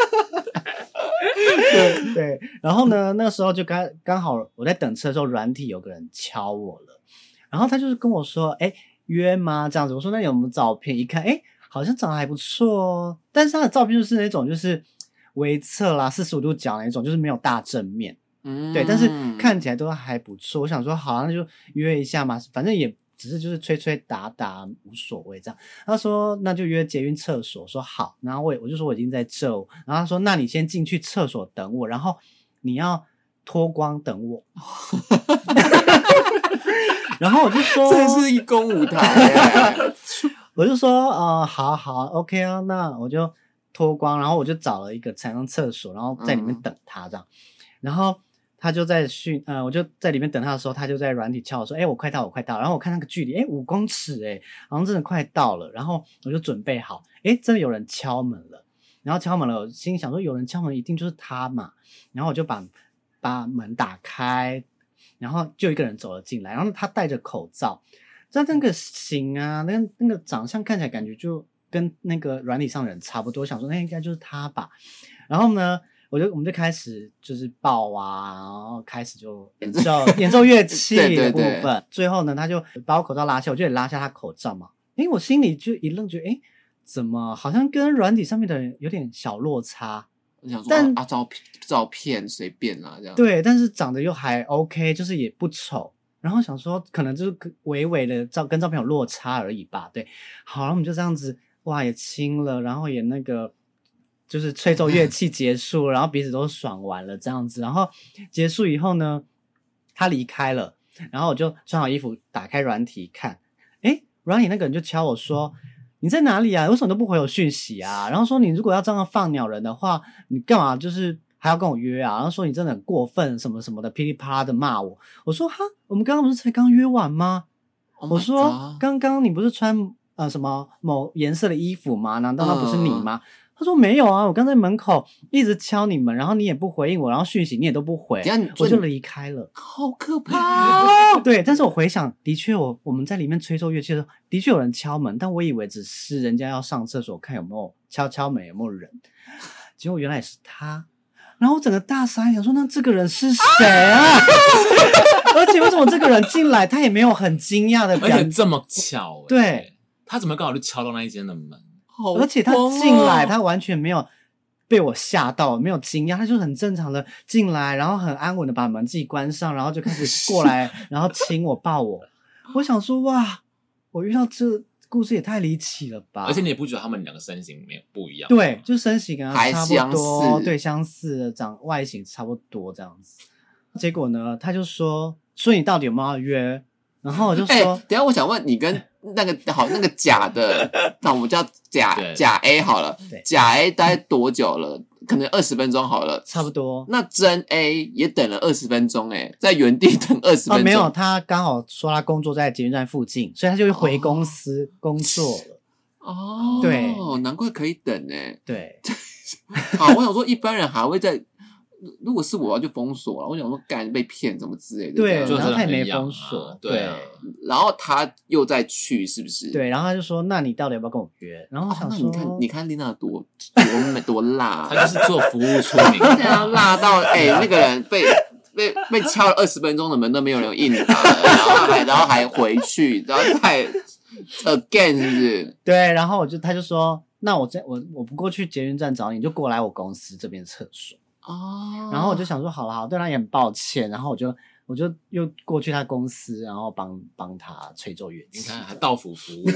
对对，然后呢，那时候就刚刚好我在等车的时候，软体有个人敲我了，然后他就是跟我说，哎，约吗？这样子，我说那有没有照片？一看，哎，好像长得还不错哦，但是他的照片就是那种就是微侧啦，四十五度角那种，就是没有大正面，嗯，对，但是看起来都还不错。我想说，好，那就约一下嘛，反正也只是就是吹吹打打无所谓这样。他说那就约捷运厕所，说好，然后我我就说我已经在这，然后他说那你先进去厕所等我，然后你要脱光等我。然后我就说这是一公舞台耶。 我就说呃好好 OK 啊，那我就脱光，然后我就找了一个才能厕所，然后在里面等他这样，嗯、然后他就在训，呃，我就在里面等他的时候，他就在软体敲我说，哎、欸，我快到，我快到。然后我看那个距离，哎、欸，五公尺、欸，哎，好像真的快到了。然后我就准备好，哎、欸，真的有人敲门了。然后敲门了，我心里想说，有人敲门一定就是他嘛。然后我就把把门打开，然后就一个人走了进来。然后他戴着口罩，但那个型啊，那个那个长相看起来感觉就跟那个软体上的人差不多。我想说，那应该就是他吧。然后呢？我就我们就开始就是抱啊，然后开始就演奏演奏乐器的部分。对对对，最后呢，他就把我口罩拉下，我就也拉下他口罩嘛。诶，我心里就一愣，觉得诶，怎么好像跟软体上面的人有点小落差？ 我想说， 但啊，照片照片随便啦，这样。 对，但是长得又还 OK， 就是也不丑。然后想说，可能就是微微的照跟照片有落差而已吧。对，好，然后我们就这样子，哇，也亲了，然后也那个。就是吹奏乐器结束，然后彼此都爽完了这样子，然后结束以后呢，他离开了，然后我就穿好衣服，打开软体看，诶，软体那个人就敲我说，你在哪里啊？为什么都不回我讯息啊？然后说你如果要这样放鸟人的话，你干嘛就是还要跟我约啊？然后说你真的很过分，什么什么的，噼里啪啦的骂我。我说哈，我们刚刚不是才刚约完吗？ Oh 我说刚刚你不是穿呃什么某颜色的衣服吗？难道那不是你吗？嗯，他说没有啊，我刚在门口一直敲你们，然后你也不回应我，然后讯息你也都不回，我就离开了。 好可怕哦！ 对，但是我回想，的确我我们在里面吹奏乐器的时候，的确有人敲门，但我以为只是人家要上厕所看有没有敲敲门有没有人，结果原来也是他。然后我整个大傻眼，想说那这个人是谁啊？而且为什么这个人进来他也没有很惊讶的表现，而且这么巧，欸， 对， 他怎么刚好就敲到那一间的门？ 而且他进来，他完全没有被我吓到，没有惊讶，他就很正常的进来，然后很安稳的把门自己关上，然后就开始过来，然后亲我抱我。我想说，哇，我遇到这故事也太离奇了吧！ 而且你也不觉得他们两个身形没有不一样？ 对，就身形跟他差不多，对，相似的长外形差不多这样子。结果呢，他就说，说你到底有没有要约？然后我就说， 欸，等一下我想问你跟那个好那个假的，那我们叫假对假 A 好了对， 假 A 待多久了？可能二十分钟好了。 差不多。 那真 A 也等了二十分钟诶，在原地等二十分钟。 哦，没有，他刚好说他工作在捷运站附近，所以他就回公司工作了。 哦， 对， 难怪可以等诶。 对， 好，我想说一般人还会在，如果是我要就封锁了。我想说干被骗什么之类的。 对， 这样然后他也没就是很痒啊封锁， 对啊然后他又再去，是不是？ 对，然后他就说：“那你到底要不要跟我约？”然后我哦， 想说， 那你看，你看丽娜多多美多辣， 他就是做服务出名对啊，辣到哎、欸，那个人被被被敲了二十分钟的门都没有人应他了，然后还然后还回去，然后再 again 是不是？ 对，然后我就他就说：“那我这我我不过去捷运站找你，你就过来我公司这边厕所。” 哦， 然后我就想说：“好了好，对他也很抱歉。”然后我就我就又过去他公司，然后帮帮他吹奏乐器。 你看还到府服务，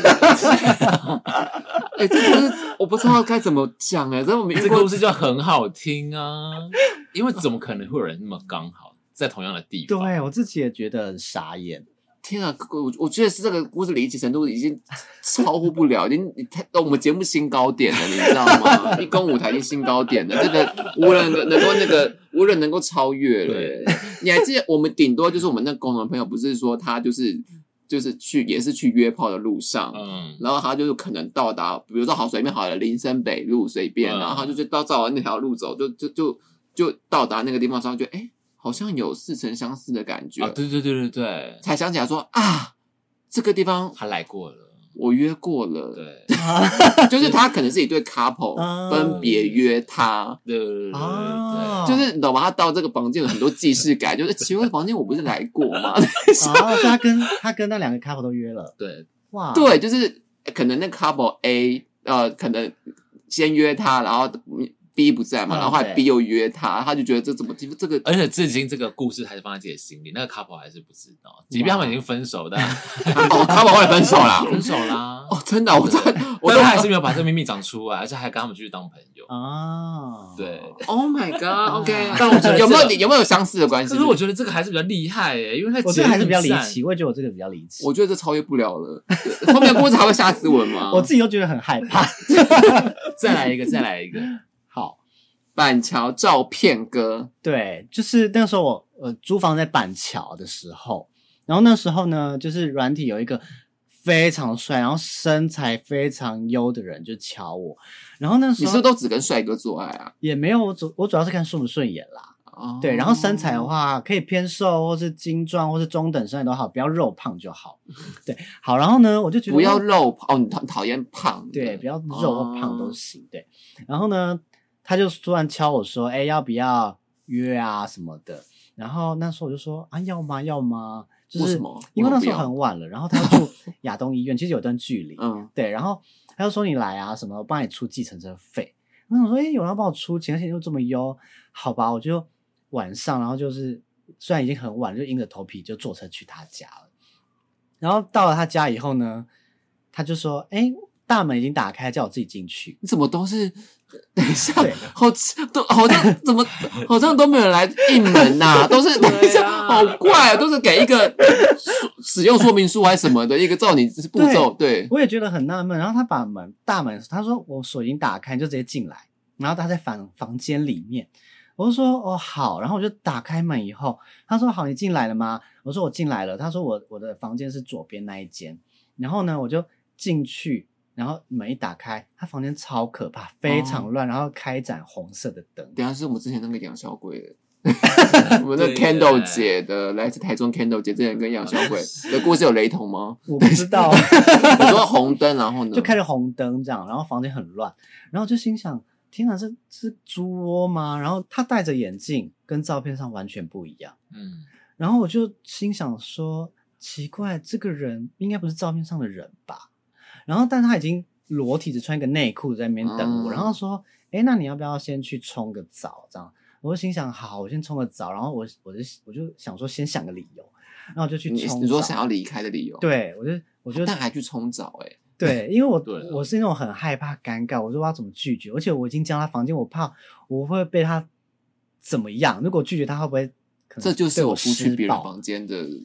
哎、欸，这故事我不知道该怎么讲哎、欸，这我们这个故事就很好听啊，因为怎么可能会有人那么刚好在同样的地方？ 对我自己也觉得很傻眼。 天啊，我我觉得是这个故事离奇程度已经超乎不了，已经你太我们节目新高点了，你知道吗？一公舞台已经新高点了，这个无人能够那个无人能够超越了。 对， 你还记得我们顶多就是我们那共同朋友，不是说他就是就是去也是去约炮的路上， 嗯， 然后他就是可能到达，比如说好随便好了林森北路随便， 嗯然后他就到照那条路走，就就就就到达那个地方之后，就哎。好像有似曾相识的感觉啊，对对对对对， 才想起来说啊，这个地方他来过了， 我约过了， 对就是他可能是一对 couple 啊分别约他， 对对对对啊对， 就是你懂吗？他到这个房间有很多既视感，就是奇怪，房间我不是来过吗？ 哦，所以他跟他跟那两个 couple 都约了。 对哇， 对，就是可能那 couple A 呃，可能先约他，然后 B 不在嘛， 嗯然后后来对 B 又约他，他就觉得这怎么这个而且至今这个故事还是放在自己的心里，那个 couple 还是不知道，即便他们已经分手，但哦 couple 后来分手啦， 分手啦， 哦，真的，我在我但都他还是没有把这个秘密讲出来，而且还跟他们继续当朋友。 啊， 对， Oh my God，OK， 但我觉得有没有这个有没有相似的关系？ 可是我觉得这个还是比较厉害诶，因为他我这个还是比较离捷运站奇，我也觉得我这个比较离奇， 我觉得这超越不了了，后面的故事还会下斯文吗？ 我自己都觉得很害怕。 再来一个，再来一个， 好， 板桥照片哥， 对，就是那个时候我呃租房在板桥的时候，然后那时候呢，就是软体有一个非常帅，然后身材非常优的人就敲我，然后那时候你是不是都只跟帅哥做爱啊？ 也没有，我主我主要是看顺不顺眼啦。 哦对，然后身材的话，可以偏瘦，或是精壮，或是中等身材都好，不要肉胖就好。对，好，然后呢，我就觉得不要肉哦，你很讨厌胖的， 对，不要肉或胖都哦行。对，然后呢，他就突然敲我说：“哎，要不要约啊什么的？”然后那时候我就说：“啊，要吗？要吗？”就是为什么因为那时候为什么不要很晚了，然后他住亚东医院，其实有段距离。 嗯， 对，然后他就说：“你来啊，什么，我帮你出计程车费。”我想说：“哎，有人要帮我出钱，而且又这么优，好吧？”我就晚上，然后就是虽然已经很晚了，就硬着头皮就坐车去他家了。然后到了他家以后呢，他就说：“哎，大门已经打开，叫我自己进去。 你怎么都是？等一下对， 好都好像怎么好像都没有人来应门呐、都是等一下，好怪啊，都是给一个使用说明书还是什么的一个照你步骤，对” 我也觉得很纳闷。然后他把门大门，他说我锁已经打开，你就直接进来。然后他在房房间里面，我就说哦好，然后我就打开门以后，他说好，你进来了吗？我说我进来了。他说我我的房间是左边那一间。然后呢，我就进去。然后门一打开，他房间超可怕，非常乱，然后开展红色的灯。 等一下是我们之前那个杨小鬼的，我们的对 Candle 姐的来自台中 Candle 姐之前跟杨小鬼的故事有雷同吗？ 我不知道， 你说红灯，然后呢？ 就开着红灯这样，然后房间很乱，然后就心想：天哪，这是猪窝吗？然后他戴着眼镜，跟照片上完全不一样。 嗯， 然后我就心想说：奇怪，这个人应该不是照片上的人吧？然后，但他已经裸体只穿一个内裤在那边等我， 嗯然后说：“哎，那你要不要先去冲个澡？”这样，我就心想：好，我先冲个澡。然后我我就我就想说，先想个理由，然后我就去你冲澡。 你说想要离开的理由，， 对，我就我就但还去冲澡、欸，哎， 对，因为我对啊我是那种很害怕尴尬，我说我要怎么拒绝，而且我已经进他房间，我怕我会被他怎么样。如果拒绝他，会不会可能这就是对我我不去别人施暴房间的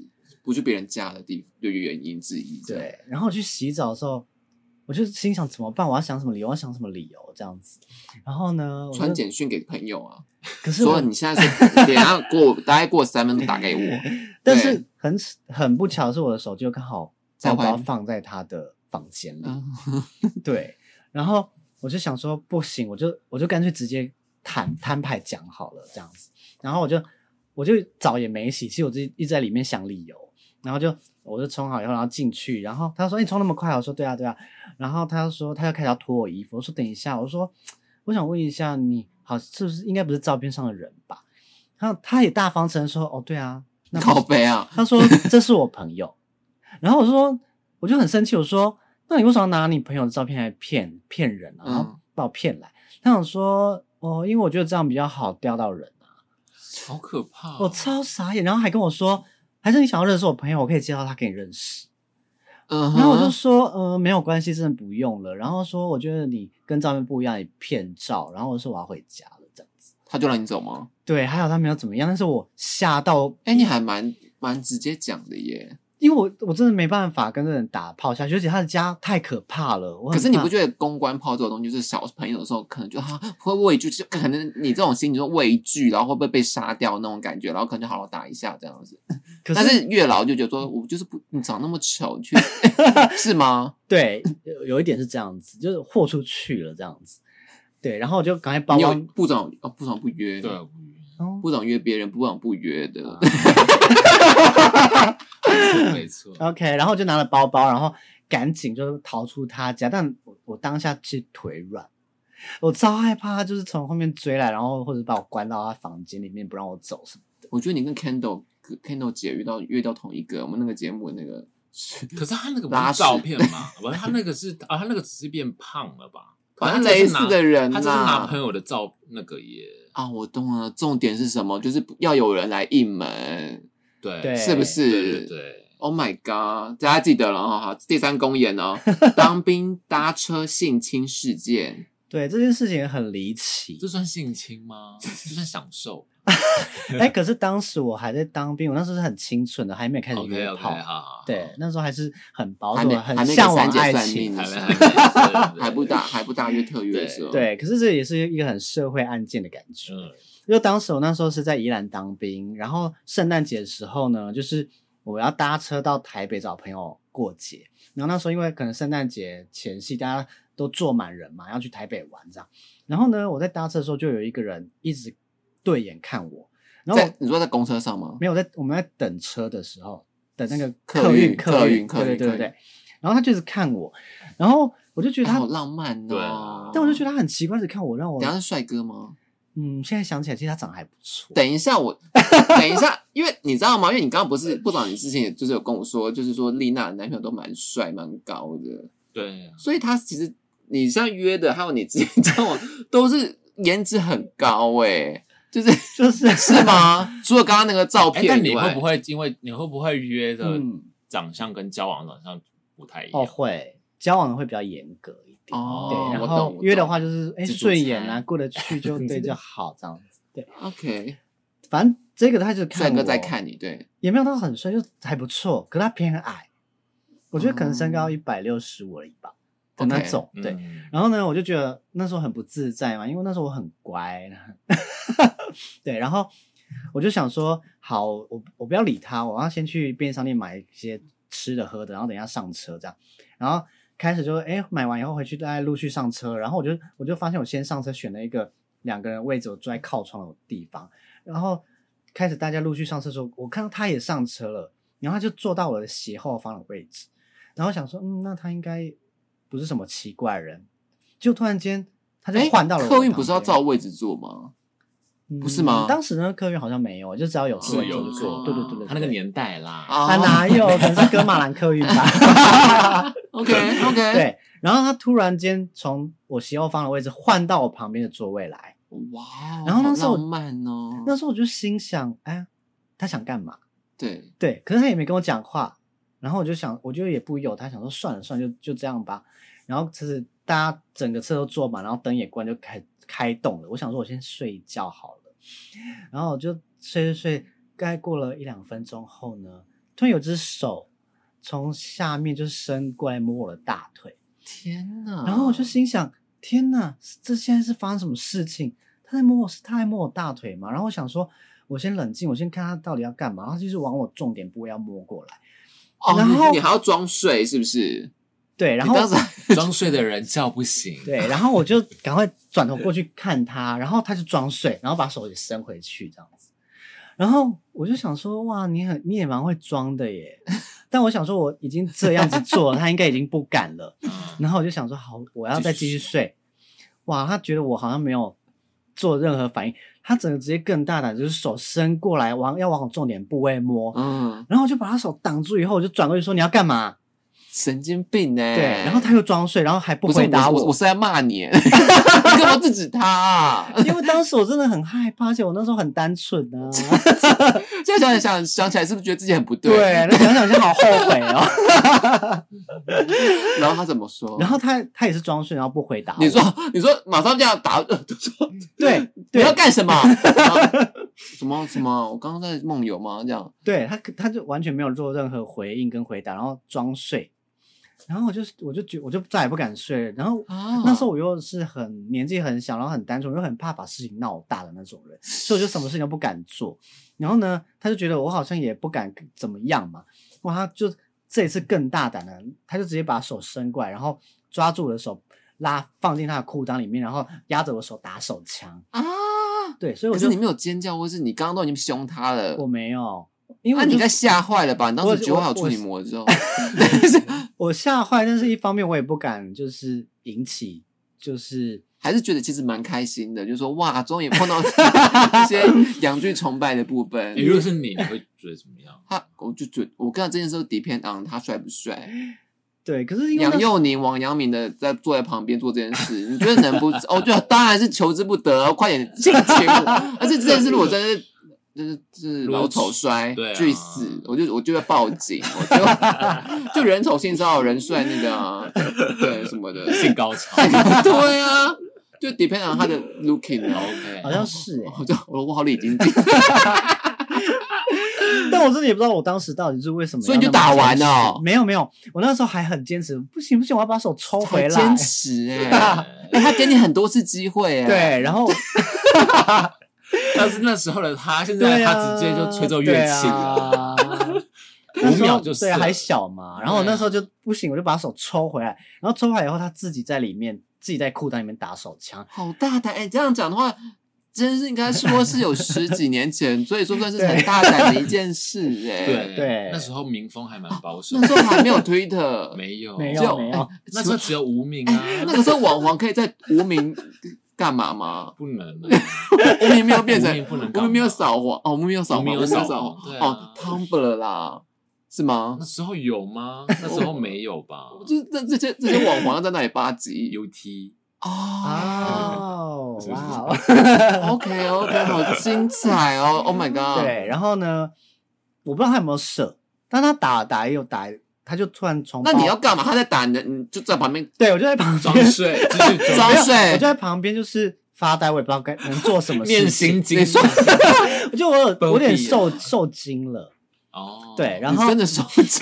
不去别人家的地的原因之一。 对，然后我去洗澡的时候，我就心想怎么办？我要想什么理由？我要想什么理由这样子？然后呢， 传简讯给朋友啊， 可是我说你现在是等一下过大概过三分钟打给我， 但是很很不巧的是，我的手机就刚好包包放在他的房间里， 嗯、 对，然后我就想说不行，我就我就干脆直接摊摊牌讲好了这样子，然后我就我就澡也没洗，其实我自己一直在里面想理由，然后就我就冲好以后，然后进去，然后他说：“欸，你冲那么快？”我说：“对啊，对啊。”然后他就说，他就开始要脱我衣服，我说：“等一下。”我说：“我想问一下，你好是不是应该不是照片上的人吧？”然后他也大方承认说：“哦，对啊。”那靠北啊！ 他说：“这是我朋友。”然后我说，我就很生气，我说：“那你为什么要拿你朋友的照片来骗骗人啊？然后把我骗来？”他想说：“哦，因为我觉得这样比较好钓到人啊。” 好可怕、哦！ 我超傻眼，然后还跟我说。还是你想要认识我朋友，我可以介绍他给你认识。 嗯、uh-huh. 然后我就说，呃，没有关系，真的不用了。然后说，我觉得你跟照片不一样，你骗照。然后我说我要回家了，这样子。 他就让你走吗？ 对，还好他没有怎么样，但是我吓到。 哎、欸，你还蛮蛮直接讲的耶。 因为我我真的没办法跟这人打炮下去，而且他的家太可怕了。我可是你不觉得公关炮这种东西，就是小朋友的时候，可能就他会畏惧，就可能你这种心情就畏惧，然后会不会被杀掉那种感觉，然后可能就好好打一下这样子。可是但是月老就觉得说，我就是不，你长那么丑，你去是吗？ 对，有一点是这样子，就是豁出去了这样子。对，然后我就赶快包包。 部长哦，部长不约， 对，不约。 哦、 部长约别人，部长不约的。啊没错没错 ，OK， 然后就拿了包包，然后赶紧就逃出他家，但我我当下是腿软，我超害怕他就是从后面追来，然后或者把我关到他房间里面不让我走什么的。 我觉得你跟 Kendall Kendall 姐遇到遇到同一个，我们那个节目那个， 可是他那个不是照片嘛？不是他那个是啊，他那个只是变胖了吧？ 反正类似的人， 他就是拿朋友的照那个耶。 啊，我懂了，重点是什么？就是要有人来应门。 对， 是不是？ 对对对 ，Oh my god！ 大家记得了哈，好，第三公演哦，当兵搭车性侵事件。 对，这件事情很离奇， 这算性侵吗？这算享受？ 哎、欸，可是当时我还在当兵，我那时候是很清纯的，还没有开始约炮。 Okay, okay, 好好对，那时候还是很保守， 很向往爱情， 还还不大还不大约特约的时候。 对，可是这也是一个很社会案件的感觉。嗯，因为当时我那时候是在宜兰当兵，然后圣诞节的时候呢，就是我要搭车到台北找朋友过节，然后那时候因为可能圣诞节前夕大家都坐满人嘛，要去台北玩这样，然后呢，我在搭车的时候就有一个人一直对眼看我，然后在你说在公车上吗？ 没有，在我们在等车的时候，等那个客运客运客运，对对对对，然后他就是看我，然后我就觉得他、 哎、好浪漫哦， 对啊， 但我就觉得他很奇怪，只看我，让我等一下是帅哥吗？ 嗯，现在想起来，其实他长得还不错。 等一下我，等一下，因为你知道吗？因为你刚刚不是不长，你之前也就是有跟我说，就是说丽娜的男朋友都蛮帅、蛮高的， 对、啊， 所以他其实你像约的，还有你之前交往，都是颜值很高诶、欸，就是就是是吗？除了刚刚那个照片以外、 欸，但你会不会因为你会不会约的嗯长相跟交往长相不太一样？ 哦，会交往的会比较严格一点。 哦， 对，然后约的话就是哎顺眼啊，过得去就对就好这样子。对 ，OK， 反正这个他就看我帅哥在看你，对， 也没有到很帅，就还不错，可是他偏矮，我觉得可能身高一百六十五而已吧。的那种， okay, 对、 嗯， 然后呢，我就觉得那时候很不自在嘛，因为那时候我很乖，对，然后我就想说，好，我我不要理他，我要先去便利商店买一些吃的喝的，然后等一下上车这样，然后开始就哎买完以后回去大概陆续上车，然后我就我就发现我先上车选了一个两个人位置，我坐在靠窗的地方，然后开始大家陆续上车的时候，我看到他也上车了，然后他就坐到我的斜后方的位置，然后想说，嗯，那他应该不是什么奇怪人，就突然间他就换到了我的客运不是要照位置坐吗？ 嗯、 不是吗？ 当时呢，客运好像没有，就只要有座位就坐。对对对对， 他那个年代啦， 啊哪有？可能是哥马兰客运吧。 OK OK， 对，然后他突然间从我斜后方的位置换到我旁边的座位来， 哇， 然后那时候浪漫哦， 那时候我就心想，哎，他想干嘛？ 对对，可是他也没跟我讲话，然后我就想，我觉得也不有，他想说算了算了，就就这样吧。然后就是大家整个车都坐满，然后灯也关，就开开动了。我想说，我先睡一觉好了。然后我就睡睡睡，大概过了一两分钟后呢， 突然有只手从下面就伸过来摸我的大腿， 天哪！ 然后我就心想，天哪，这现在是发生什么事情？他在摸我，他在摸我大腿嘛？然后我想说，我先冷静，我先看他到底要干嘛。然后就是往我重点部位要摸过来。 哦， 然后你还要装睡是不是？ 对，然后你当时装睡的人叫不醒。 对，然后我就赶快转头过去看他，然后他就装睡，然后把手也伸回去这样子。然后我就想说，哇，你很你也蛮会装的耶。但我想说，我已经这样子做了，他应该已经不敢了。然后我就想说，好，我要再继续睡。哇，他觉得我好像没有做任何反应，他整个直接更大胆，就是手伸过来，往要往我重点部位摸。嗯，然后我就把他手挡住以后，我就转过去说：“你要干嘛？” 神经病哎、欸！ 对，然后他又装睡，然后还不回答我，我, 我是在骂你，你干嘛制止他、啊？ 因为当时我真的很害怕，而且我那时候很单纯啊。 现在想想想起来，是不是觉得自己很不对？ 对，那想想就好后悔哦。 然后他怎么说？ 然后他他也是装睡，然后不回答我。 你说你说马上这样打，呃、说对， 你要干什么？什么什么？我刚刚在梦游吗？这样？ 对他他就完全没有做任何回应跟回答，然后装睡。然后我就我就觉我就再也不敢睡了。然后、啊、那时候我又是很年纪很小，然后很单纯，又很怕把事情闹大的那种人，所以我就什么事情都不敢做。然后呢，他就觉得我好像也不敢怎么样嘛。哇，他就这一次更大胆了，他就直接把手伸过来，然后抓住我的手，拉放进他的裤裆里面，然后压着我手打手枪啊。对，所以我就可是你没有尖叫，或是你刚刚都已经凶他了。 我没有。因为、 啊、你应该吓坏了吧？你当时觉得还有处女膜之后， 我吓坏，但是一方面我也不敢，就是引起，就是还是觉得其实蛮开心的，就是说哇，终于碰到一些阳具崇拜的部分。 欸、如果是你，你会觉得怎么样？ 他，我就觉得我跟他这件事 depend on 他帅不帅。 对，可是杨佑宁、王阳明的在坐在旁边做这件事，你觉得能不？哦，对，当然是求之不得，快点进群。而且这件事如果真是。就是就是老丑衰巨死，我就我就会报警，我就就人丑性骚扰，人帅那个啊，对什么的性高潮， 对啊，就 depend on 他的 looking OK， 好像是哎、 欸，我我好理经济， 但我真的也不知道我当时到底是为什么， 所以你就打完了、哦？ 没有没有，我那时候还很坚持，不行不行，我要把手抽回来， 坚持哎、欸，哎、欸，他给你很多次机会哎、欸， 对，然后。 但是那时候的他，现在他直接就吹奏乐器了，五、啊、秒就对啊，还小嘛。然后我那时候就不行，我就把手抽回来，然后抽回来以后，他自己在里面，自己在裤裆里面打手枪， 好大胆！哎、欸，这样讲的话，真是应该说是有十几年前，所以说算是很大胆的一件事哎、欸。 对对， 那时候民风还蛮保守、 啊，那时候还没有 Twitter， 没有没有没有， 那时候只有无名啊、 欸。那个时候网黄可以在无名。干嘛吗？ 不能、啊， 无名没有变成， 无名不能， 无名没有扫黄哦，无名有扫黄， 没有扫黄， 对、 啊、哦 ，Tumblr 啦，是吗？ 那时候有吗？那时候没有吧？ 就是这这些这些网黄要在那里巴集 U T 哦，哇 ，OK OK， 好精彩哦 ，Oh my god！ 对，然后呢，我不知道他有没有射，但他打打也有打。他就突然从那你要干嘛？他在打你，你就在旁边。 对，我就在旁边装睡，继续装睡。 我就在旁边，就是发呆，我也不知道该能做什么事情。 念心经， 我就我有我有点受受惊了。 哦， 对，然后真的受惊。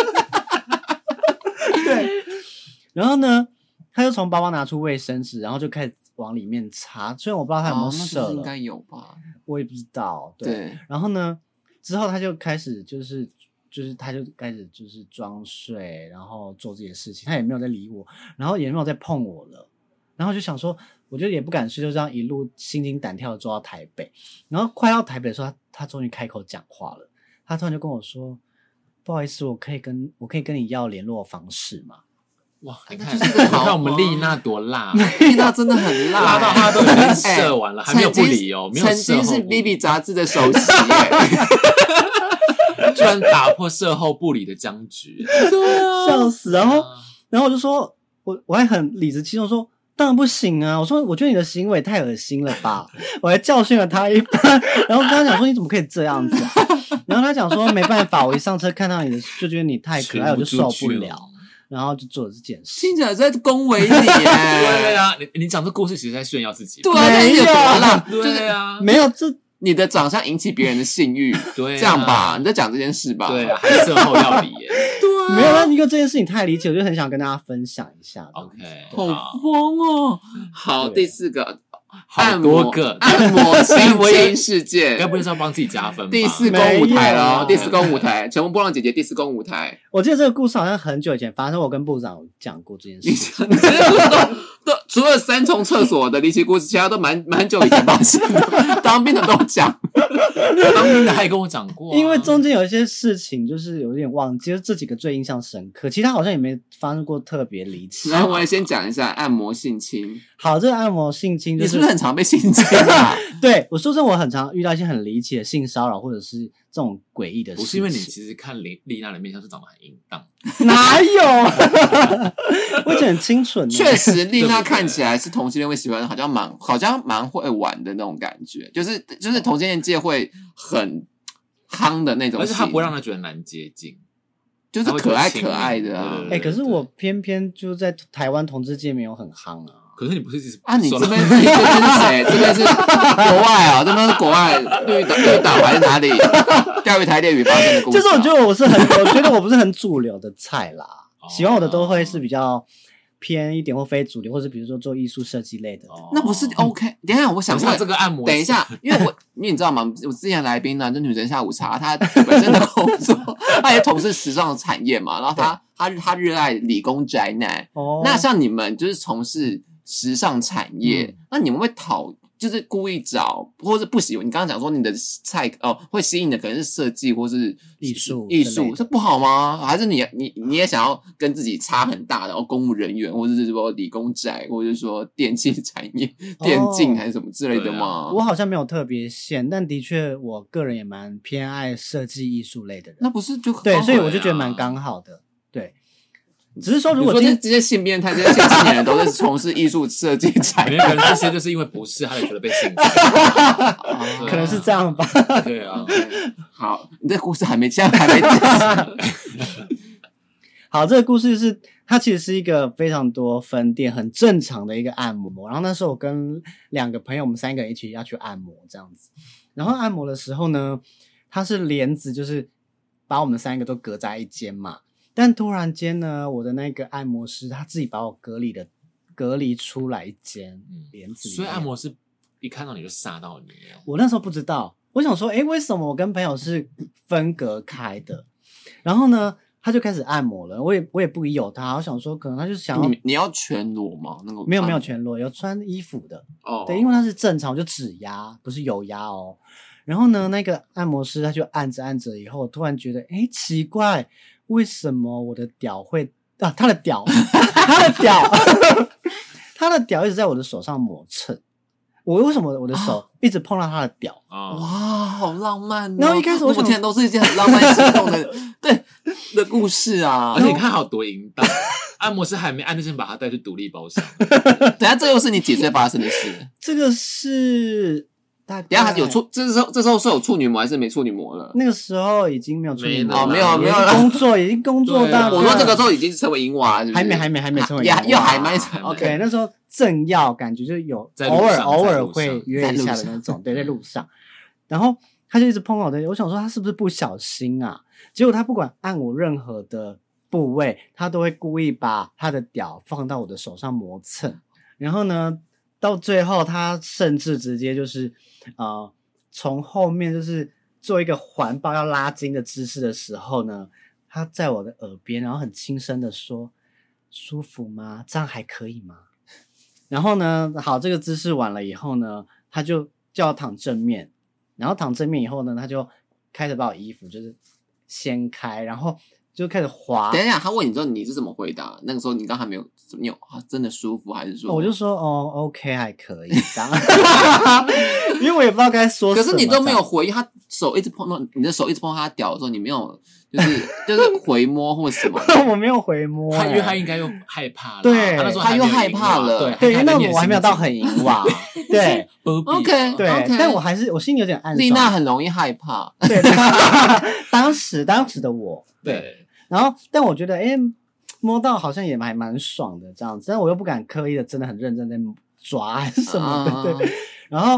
对，然后呢，他就从包包拿出卫生纸，然后就开始往里面擦。虽然我不知道他有没有射了， 哦、应该有吧？ 我也不知道。对， 对然后呢，之后他就开始就是。就是他就开始就是装睡，然后做自己的事情，他也没有在理我，然后也没有在碰我了，然后就想说，我就也不敢睡，就这样一路心惊胆跳的坐到台北，然后快到台北的时候，他他终于开口讲话了，他突然就跟我说，不好意思，我可以跟我可以跟你要联络方式吗？ 哇，你看，你看我们丽娜多辣， 丽娜真的很辣， 辣到她都已经射完了，欸、还没有不理哦，没有曾经是 B B 杂志的首席居然打破射后不理的僵局， 对啊，笑死！然后，然后我就说，我我还很理直气壮说，当然不行啊！我说，我觉得你的行为太恶心了吧！我还教训了他一番，然后跟他讲说，你怎么可以这样子啊？然后他讲说，没办法，我一上车看到你的，就觉得你太可爱，我就受不了。然后就做了这件事， 听起来在恭维你耶！ 对啊，你你讲这故事其实在炫耀自己， 对啊， 没有啦， 对啊， 没有这你的长相引起别人的性欲， 对、啊， 这样吧，你在讲这件事吧？ 对、啊，还事后要理耶。 对、啊， 没有啊，因为这件事情太离奇，我就很想跟大家分享一下。 OK， 好疯哦！好，第四个。 好多个按摩性侵事件， 该不会是要帮自己加分吧？ 第四公舞台了，第四公舞台，乘风破浪姐姐第四公舞台。 我记得这个故事好像很久以前发生，我跟部长有讲过这件事情。 你这都都除了三重厕所的离奇故事，其他都蛮蛮久以前发生的。当兵的都讲， 当兵的还跟我讲过、啊， 因为中间有一些事情就是有点忘记，就这几个最印象深刻，其他好像也没发生过特别离奇。 然后我也先讲一下按摩性侵。 好，这个按摩性侵、就是， 你是不是很常被性侵啊？ 对，我说真的，我很常遇到一些很离奇的性骚扰，或者是这种诡异的事情。 不是因为你其实看丽丽娜的面相是长得很淫荡， 哪有？我觉得很清纯。 确实，丽娜看起来是同性恋会喜欢，好像蛮好像蛮会玩的那种感觉，就是就是同性恋界会很夯的那种， 而且他不会让他觉得难接近。 就是可爱可爱的啊！ 哎、欸，可是我偏偏就在台湾同志界没有很夯啊。 可是你不是一直啊？你这边你这边是谁？这边是国外啊？这边是国外绿岛绿岛还是哪里？钓鱼台猎鱼发生的故事、啊。 就是我觉得我是很，我觉得我不是很主流的菜啦。喜欢我的都会是比较偏一点或非主流，或是比如说做艺术设计类的。 哦、那不是 OK？、嗯、等一下，我想问这个按摩。 等一下，因为我因为你知道吗？我之前来宾呢，就女人下午茶，她本身的工作，她也从事时尚的产业嘛，然后她她她热爱理工宅男。哦，那像你们就是从事时尚产业，嗯、那你们会讨就是故意找，或是不喜欢？你刚刚讲说你的菜哦，会吸引的可能是设计或是艺术， 艺术，这不好吗？还是你你你也想要跟自己差很大的，然后公务人员，或者是说理工宅，或者是说电器产业、电竞还是什么之类的吗？ 哦啊、我好像没有特别限，但的确我个人也蛮偏爱设计艺术类的人。 那不是就对，所以我就觉得蛮刚好的，对。只是说，如果今天这些性变态、这些性侵人都是从事艺术设计产业， 可能这些就是因为不是，他就觉得被性侵， 可能是这样吧。 对啊， 好，你这故事还没讲，还没讲。 好，这个故事是它其实是一个非常多分店、很正常的一个按摩。然后那时候我跟两个朋友，我们三个人一起要去按摩这样子。然后按摩的时候呢，它是帘子，就是把我们三个都隔在一间嘛。但突然间呢，我的那个按摩师他自己把我隔离的隔离出来一间帘子里面， 所以按摩师一看到你就吓到你。 我那时候不知道，我想说，诶，为什么我跟朋友是分隔开的？然后呢，他就开始按摩了，我也我也不疑有他，我想说，可能他就是想要你你要全裸吗？那个没有没有全裸，有穿衣服的哦。对，因为他是正常，就指压，不是有压哦。然后呢，那个按摩师他就按着按着以后，突然觉得，诶，奇怪。为什么我的屌会啊？他的屌，他的屌，他的屌一直在我的手上磨蹭。我为什么我的手一直碰到他的屌？ 啊、哇，好浪漫、哦！ 然后一开始我想， 目前都是一件很浪漫心动的对的故事啊。 而且你看好多淫荡，按摩师还没按就先把他带去独立包厢。 等一下，这又是你几岁发生的事？ 这个是。 等一下有处，这时候这时候是有处女膜还是没处女膜了？ 那个时候已经没有处女膜了，没有没有工作已经工作到。 我说这个时候已经成为银娃，是不是？ 还没还没还没成为银娃， 又还没成。 OK， 那时候正要感觉就有偶尔偶尔会约一下的那种，对，在路上。然后他就一直碰我的，我想说他是不是不小心啊？结果他不管按我任何的部位，他都会故意把他的屌放到我的手上磨蹭。然后呢，到最后他甚至直接就是呃。从后面就是做一个环抱要拉筋的姿势的时候呢，他在我的耳边，然后很轻声的说：“舒服吗？这样还可以吗？”然后呢，好，这个姿势完了以后呢，他就叫我躺正面，然后躺正面以后呢，他就开始把我衣服就是掀开，然后就开始滑。 等一下，他问你之后你是怎么回答？那个时候你刚还没有，你有真的舒服还是说？ 我就说哦 ，OK， 还可以这样。因为我也不知道该说什么。 可是你都没有回应，他手一直碰到你的手，一直碰到他屌的时候，你没有就是就是回摸或什么？ 我没有回摸、欸， 他因为他应该又害怕了， 对， 他, 他又害怕了， 对， 对，因为那我还没有到很淫娃，对 ，OK， 对， okay 但我还是我心里有点暗爽。 丽娜很容易害怕， 对，当时当时的我，对，然后但我觉得，哎、欸，摸到好像也还蛮爽的这样子，但我又不敢刻意的真的很认真在抓还是什么的，啊、对，然后。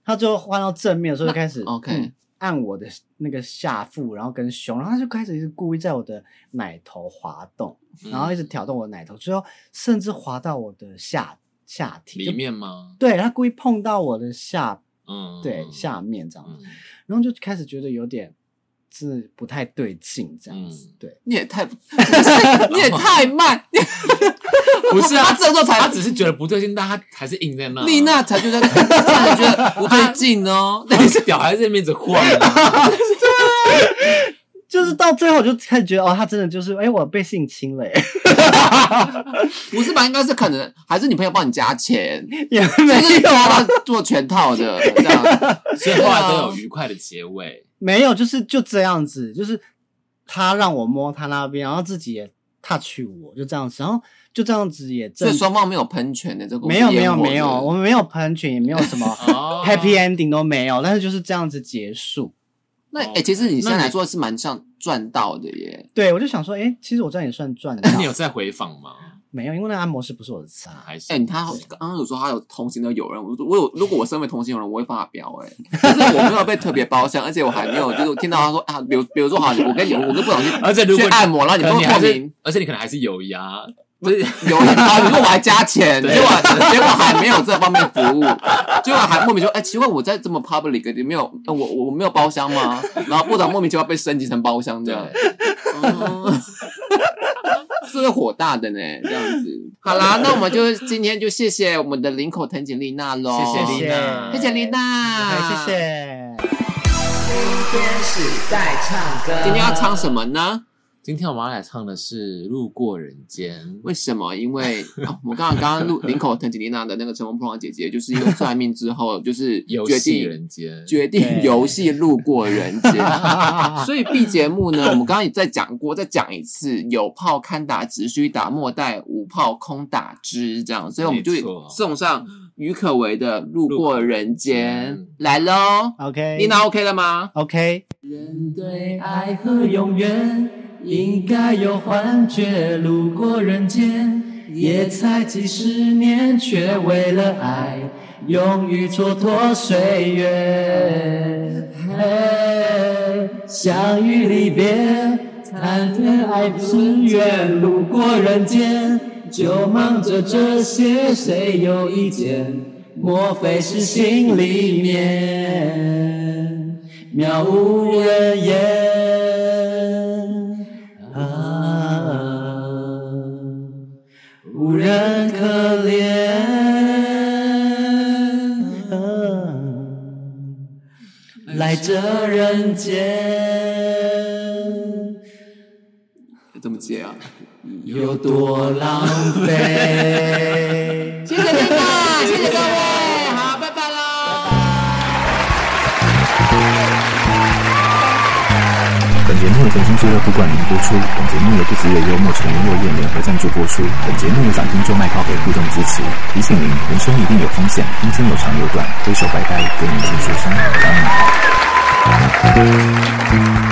他最后换到正面的时候就开始 OK、 嗯、按我的那个下腹，然后跟胸，然后他就开始一直故意在我的奶头滑动，然后一直挑动我的奶头，最后甚至滑到我的下下体里面吗？ 对，他故意碰到我的下， 嗯， 对，下面这样子， 嗯， 然后就开始觉得有点是不太对劲这样子， 嗯、 对， 你也太你也太慢， 不是啊， 他这时候才他只是觉得不对劲，但他还是硬在那。 丽娜才觉得才觉得不对劲哦， 但是屌还在那边一直晃、啊。 就是到最后我就开始觉得哦，他真的就是哎、欸，我被性侵了耶。 不是吧？应该是可能还是你朋友帮你加钱， 也没有啊，做全套的这样， 所以后来都有愉快的结尾。 没有，就是就这样子，就是他让我摸他那边，然后自己也 touch 我，就这样子，然后就这样子也， 所以双方没有喷泉的这个没有没有没有，我们没有喷泉，也没有什么 happy ending 都没有，但是就是这样子结束。 那哎、欸，其实你现在来说是蛮像赚到的耶。 对，我就想说，哎、欸，其实我这样也算赚到。 你有在回访吗？ 没有，因为那按摩师不是我的菜。 还是哎、欸，他刚刚有说他有同行的友人，我说我有，如果我身为同行友人，我会发飙哎、欸。可是我没有被特别包厢，而且我还没有就是听到他说啊，比如比如说好，我跟你我跟不小心， 而且如果去按摩，然后你不透明， 而且你可能还是有压。 不是有人啊，结果我还加钱，结果结果还没有这方面服务，结果还莫名说，哎、欸，奇怪，我在这么 public， 你没有，我我没有包厢吗？然后部长莫名其妙被升级成包厢这样，嗯，是会火大的呢，这样子。好啦，那我们就今天就谢谢我们的林口藤井丽娜咯， 谢谢丽娜， 谢谢丽娜， 谢谢。 今天是在唱歌， 今天要唱什么呢？ 今天我们要来唱的是《路过人间》。 为什么？因为、哦、我刚刚刚刚录林口藤井丽娜的那个乘风破浪姐姐，就是因为算命之后，就是决定人间， 决定游戏路过人间。所以 B 节目呢，我们刚刚也再讲过，再讲一次，有炮堪打直须打，莫待无炮空打之这样。所以我们就送上于可唯的《路过人间》来咯。 OK， 丽娜 OK 了吗 ？OK。 人对爱和永远应该有幻觉，路过人间也才几十年，却为了爱勇于蹉跎岁月。嘿，相遇离别，谈天爱之缘，路过人间就忙着这些，谁有意见？莫非是心里面渺无人烟？无人可怜、啊、来这人间怎么接啊？ 有多浪费。 谢谢丽娜，谢谢各位，好，拜拜喽。 本节目由甜心俱乐部冠名播出，本节目由不只有幽默陈落叶联合赞助播出，本节目由掌听就卖靠给互动支持。提醒您，人生一定有风险，阴间有长有短，挥手拜拜，给你一些说声，当然好。